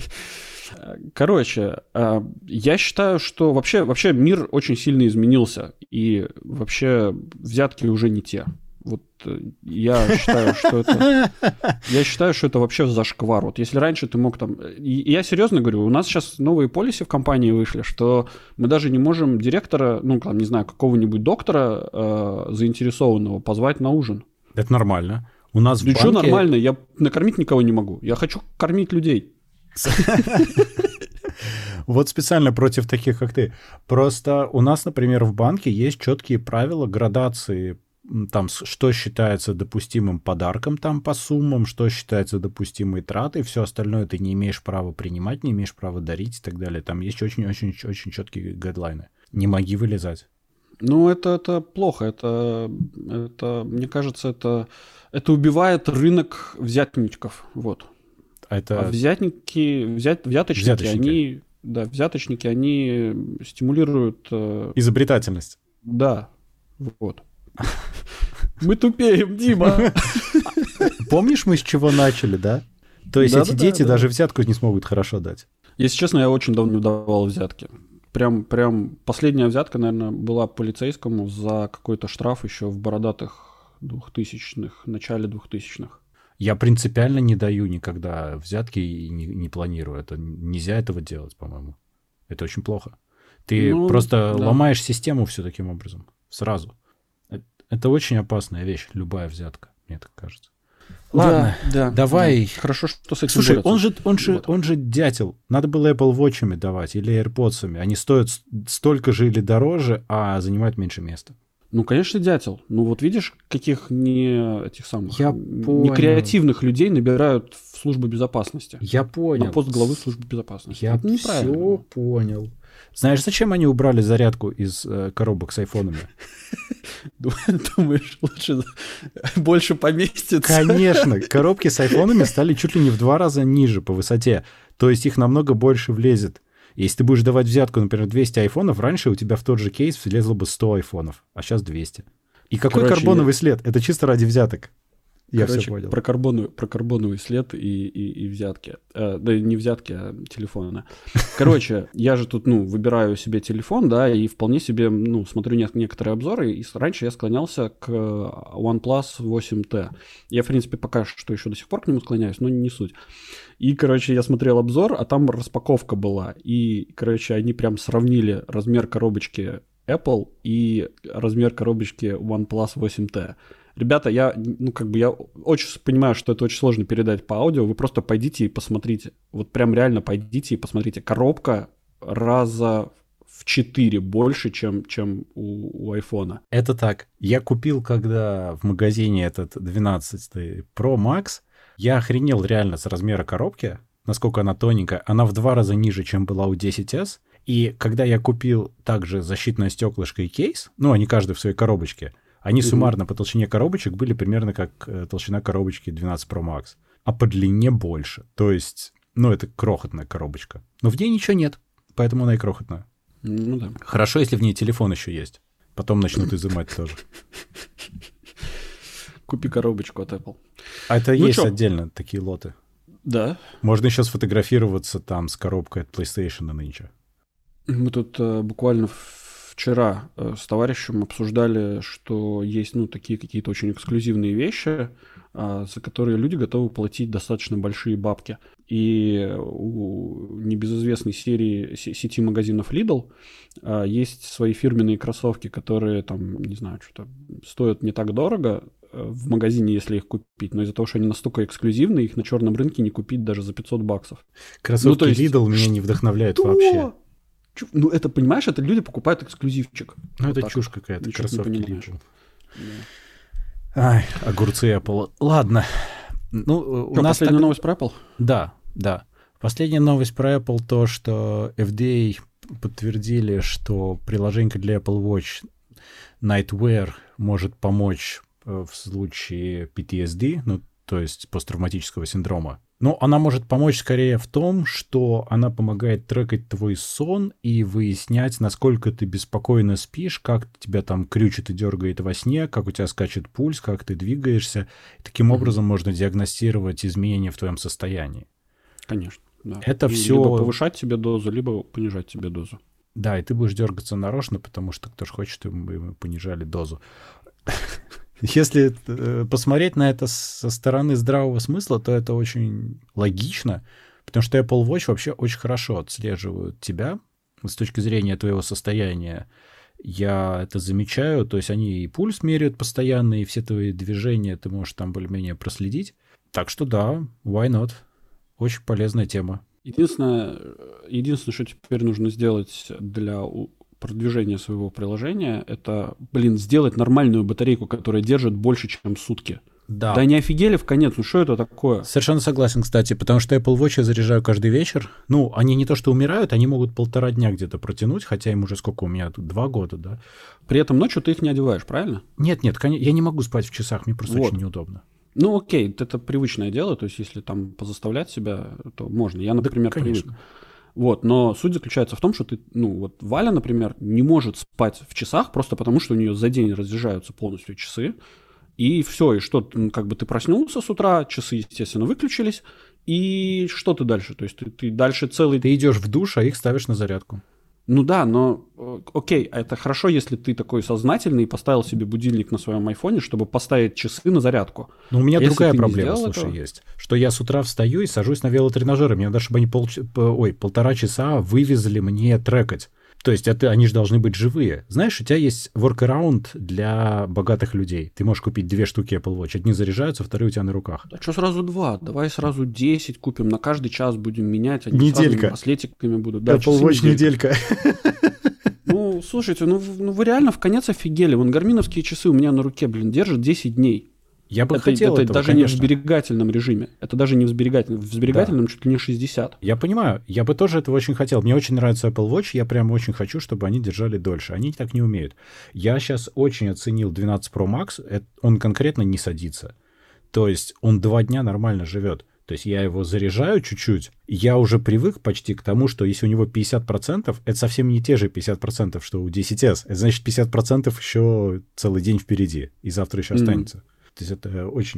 Короче, а, я считаю, что вообще, вообще мир очень сильно изменился, и вообще взятки уже не те. Вот э, я считаю, что это... Я считаю, что это вообще зашквар. Вот если раньше ты мог там... И я серьезно говорю, у нас сейчас новые полиси в компании вышли, что мы даже не можем директора, ну, там, не знаю, какого-нибудь доктора э, заинтересованного позвать на ужин. Это нормально. У нас в Ну, банке... что нормально? Я накормить никого не могу. Я хочу кормить людей. Вот специально против таких, как ты. Просто у нас, например, в банке есть четкие правила градации, там, что считается допустимым подарком там по суммам, что считается допустимой тратой, все остальное ты не имеешь права принимать, не имеешь права дарить и так далее. Там есть очень-очень-очень четкие гайдлайны. Не моги вылезать. Ну, это, это плохо. Это, это, мне кажется, это, это убивает рынок взятничков. Вот. Это... А взятники, взят, взяточники, Взяточники. они, да, взяточники, они стимулируют... э, Изобретательность. Да, вот. Мы тупеем, Дима. Помнишь, мы с чего начали, да? То есть эти Да-да-да, дети да. даже взятку не смогут хорошо дать. Если честно, я очень давно не давал взятки. Прям, прям последняя взятка, наверное, была полицейскому за какой-то штраф еще в бородатых двухтысячных, начале двухтысячных. Я принципиально не даю никогда взятки и не, не планирую. Это нельзя этого делать, по-моему. Это очень плохо. Ты Ну, просто да. ломаешь систему все таким образом. Сразу. Это, это очень опасная вещь, любая взятка, мне так кажется. Ладно, Да, да, давай. да. Хорошо, что с этим Слушай, борются. он же, он, же, Вот. он же дятел. Надо было Apple Watch'ами давать или AirPods'ами. Они стоят с- столько же или дороже, а занимают меньше места. Ну, конечно, дятел. Ну, вот видишь, каких не этих самых Я не понял. креативных людей набирают в службу безопасности. Я понял. На пост главы службы безопасности. Я Это неправильно. все понял. Знаешь, зачем они убрали зарядку из э, коробок с айфонами? Думаешь, лучше больше поместится? Конечно, коробки с айфонами стали чуть ли не в два раза ниже по высоте. То есть их намного больше влезет. Если ты будешь давать взятку, например, двести айфонов, раньше у тебя в тот же кейс влезло бы сто айфонов, а сейчас двести. И какой Короче, карбоновый след? Это чисто ради взяток. Я Короче, все понял. Про, карбону, про карбоновый след и, и, и взятки. Э, да не взятки, а телефоны. Короче, я же тут, ну, выбираю себе телефон, да, и вполне себе, ну, смотрю не, некоторые обзоры, и раньше я склонялся к OnePlus восемь тэ. Я, в принципе, пока что еще до сих пор к нему склоняюсь, но не суть. И, короче, я смотрел обзор, а там распаковка была, и, короче, они прям сравнили размер коробочки Apple и размер коробочки OnePlus восемь тэ. Ребята, я, ну, как бы я очень понимаю, что это очень сложно передать по аудио. Вы просто пойдите и посмотрите. Вот прям реально пойдите и посмотрите. Коробка раза в четыре больше, чем, чем у, у айфона. Это так. Я купил, когда в магазине этот двенадцатый Pro Max, я охренел реально с размера коробки, насколько она тоненькая. Она в два раза ниже, чем была у десять эс. И когда я купил также защитное стеклышко и кейс, ну, они каждый в своей коробочке, они mm-hmm. суммарно по толщине коробочек были примерно как э, толщина коробочки двенадцать Pro Max, а по длине больше. То есть, ну, это крохотная коробочка. Но в ней ничего нет, поэтому она и крохотная. Ну да. Хорошо, если в ней телефон еще есть. Потом начнут изымать тоже. Купи коробочку от Apple. А это Ну есть чё? отдельно такие лоты. Да. Можно еще сфотографироваться там с коробкой от PlayStation нынче. Мы тут э, буквально вчера э, с товарищем обсуждали, что есть, ну, такие какие-то очень эксклюзивные вещи, э, за которые люди готовы платить достаточно большие бабки. И у небезызвестной серии с- сети магазинов Lidl э, есть свои фирменные кроссовки, которые там, не знаю, что-то стоят не так дорого э, в магазине, если их купить, но из-за того, что они настолько эксклюзивные, их на черном рынке не купить даже за пятьсот баксов. Кроссовки Ну, то есть, Lidl меня не вдохновляют Что? вообще. Чу- Ну, это, понимаешь, это люди покупают эксклюзивчик. Ну, Вот это так чушь вот. какая-то, Ничего не кроссовки понимаешь. Lidl. Да. Ай, огурцы Apple. Ладно. Ну, у Что, нас последняя так- новость про Apple? Да, да. Последняя новость про Apple то, что эф ди эй подтвердили, что приложение для Apple Watch Nightwear может помочь э, в случае пи ти эс ди, ну, то есть посттравматического синдрома. Но она может помочь скорее в том, что она помогает трекать твой сон и выяснять, насколько ты беспокойно спишь, как тебя там крючит и дергает во сне, как у тебя скачет пульс, как ты двигаешься. Таким Мгм. образом можно диагностировать изменения в твоем состоянии. Конечно. Да. Это И всё- Либо повышать тебе дозу, либо понижать тебе дозу. Да, и ты будешь дергаться нарочно, потому что кто ж хочет, чтобы мы понижали дозу. Если э, посмотреть на это со стороны здравого смысла, то это очень логично, потому что Apple Watch вообще очень хорошо отслеживают тебя с точки зрения твоего состояния. Я это замечаю, то есть они и пульс меряют постоянно, и все твои движения ты можешь там более-менее проследить. Так что да, why not? Очень полезная тема. Единственное, единственное, что теперь нужно сделать для у- продвижения своего приложения, это, блин, сделать нормальную батарейку, которая держит больше, чем сутки. Да. Да не офигели в конец, ну что это такое? Совершенно согласен, кстати, потому что Apple Watch я заряжаю каждый вечер. Ну, они не то что умирают, они могут полтора дня где-то протянуть, хотя им уже сколько у меня тут, два года, да? При этом ночью ты их не одеваешь, правильно? Нет, нет, коне- я не могу спать в часах, мне просто Вот. очень неудобно. Ну окей, это привычное дело, то есть если там позаставлять себя, то можно. Я, например, привык. Конечно. Вот, но суть заключается в том, что ты, ну вот Валя, например, не может спать в часах просто потому, что у нее за день разряжаются полностью часы, и все, и что, м, как бы ты проснулся с утра, часы, естественно, выключились, и что ты дальше? То есть ты, ты дальше целый... Ты идешь в душ, а их ставишь на зарядку. Ну да, но э, окей, это хорошо, если ты такой сознательный и поставил себе будильник на своем айфоне, чтобы поставить часы на зарядку. Но у меня Если другая ты не проблема, сделал слушай, этого- есть. Что я с утра встаю и сажусь на велотренажеры. Мне надо, чтобы они пол, ой, полтора часа вывезли мне трекать. То есть это, они же должны быть живые. Знаешь, у тебя есть workaround для богатых людей. Ты можешь купить две штуки Apple Watch. Одни заряжаются, вторые у тебя на руках. А что сразу два? Давай сразу десять купим, на каждый час будем менять, они Неделька. с разными браслетиками будут. Да, Apple часы Watch неделька. неделька. Ну, слушайте, ну, в- ну вы реально в конец офигели. Вон гарминовские часы у меня на руке, блин, держат десять дней. Я бы Это, хотел это этого, даже не в конечно. сберегательном режиме. Это даже не в сберегательном. В сберегательном чуть ли не шестьдесят. Я понимаю, я бы тоже этого очень хотел. Мне очень нравится Apple Watch, я прям очень хочу, чтобы они держали дольше. Они так не умеют. Я сейчас очень оценил двенадцать Pro Max, это- он конкретно не садится. То есть он два дня нормально живет. То есть я его заряжаю чуть-чуть, и я уже привык почти к тому, что если у него пятьдесят процентов, это совсем не те же пятьдесят процентов, что у десять эс. Это значит пятьдесят процентов еще целый день впереди, и завтра еще Мгм. останется. То есть это очень,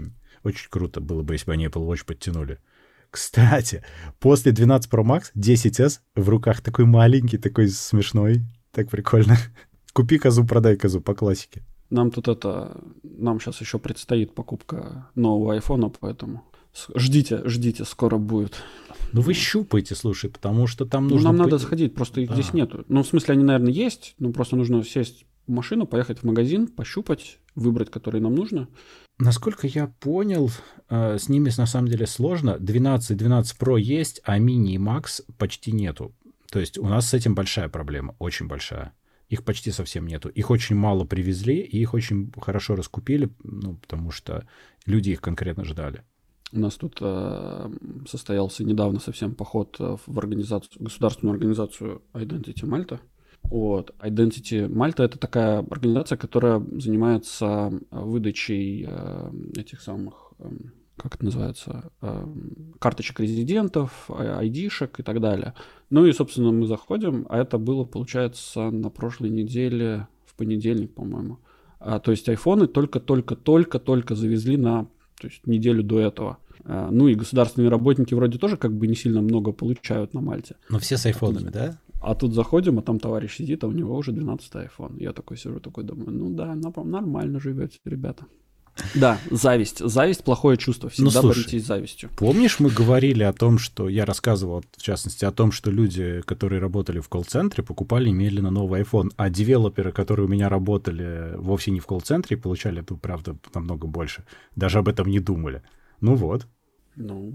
Очень круто было бы, если бы они Apple Watch подтянули. Кстати, после двенадцать Pro Max десять эс в руках такой маленький, такой смешной. Так прикольно. Купи козу, продай козу, по классике. Нам тут это... Нам сейчас еще предстоит покупка нового айфона, поэтому ждите, ждите, скоро будет. Ну вы щупайте, слушай, потому что там ну, нужно... Нам быть... надо сходить, просто их а. здесь нету. Ну, в смысле, они, наверное, есть, но просто нужно сесть в машину, поехать в магазин, пощупать, выбрать, который нам нужно. Насколько я понял, э, с ними на самом деле сложно. двенадцать, двенадцать Pro есть, а Mini и Max почти нету. То есть у нас с этим большая проблема, очень большая. Их почти совсем нету. Их очень мало привезли, и их очень хорошо раскупили, ну, потому что люди их конкретно ждали. У нас тут э, состоялся недавно совсем поход в организацию, государственную организацию Identity Malta. Вот. Identity Malta — это такая организация, которая занимается выдачей э, этих самых, э, как это называется, э, карточек резидентов, айдишек и так далее. Ну и, собственно, мы заходим, а это было, получается, на прошлой неделе, в понедельник, по-моему. А, то есть айфоны только-только-только-только завезли на то есть, неделю до этого. А, ну и государственные работники вроде тоже как бы не сильно много получают на Мальте. Но все с айфонами, а да? А тут заходим, а там товарищ сидит, а у него уже двенадцатый айфон. Я такой сижу, такой думаю, ну да, нормально живете, ребята. Да, зависть. Зависть — плохое чувство. Всегда ну, боритесь с завистью. Помнишь, мы говорили о том, что... Я рассказывал, в частности, о том, что люди, которые работали в колл-центре, покупали немедленно новый iPhone, а девелоперы, которые у меня работали вовсе не в колл-центре, получали, ну, правда, намного больше. Даже об этом не думали. Ну вот. Ну...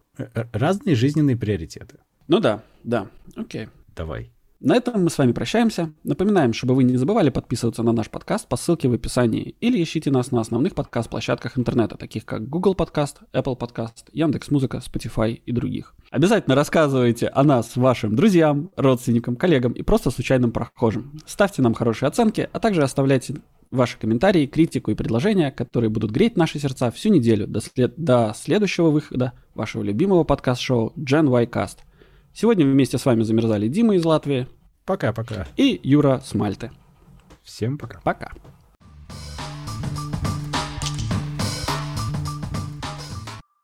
Разные жизненные приоритеты. Ну да, да, окей. Давай. На этом мы с вами прощаемся. Напоминаем, чтобы вы не забывали подписываться на наш подкаст по ссылке в описании или ищите нас на основных подкаст-площадках интернета, таких как Google Podcast, Apple Podcast, Яндекс.Музыка, Spotify и других. Обязательно рассказывайте о нас вашим друзьям, родственникам, коллегам и просто случайным прохожим. Ставьте нам хорошие оценки, а также оставляйте ваши комментарии, критику и предложения, которые будут греть наши сердца всю неделю до, след... до следующего выхода вашего любимого подкаст-шоу Gen Y Cast. Сегодня вместе с вами замерзали Дима из Латвии. Пока-пока. И Юра с Мальты. Всем пока. Пока.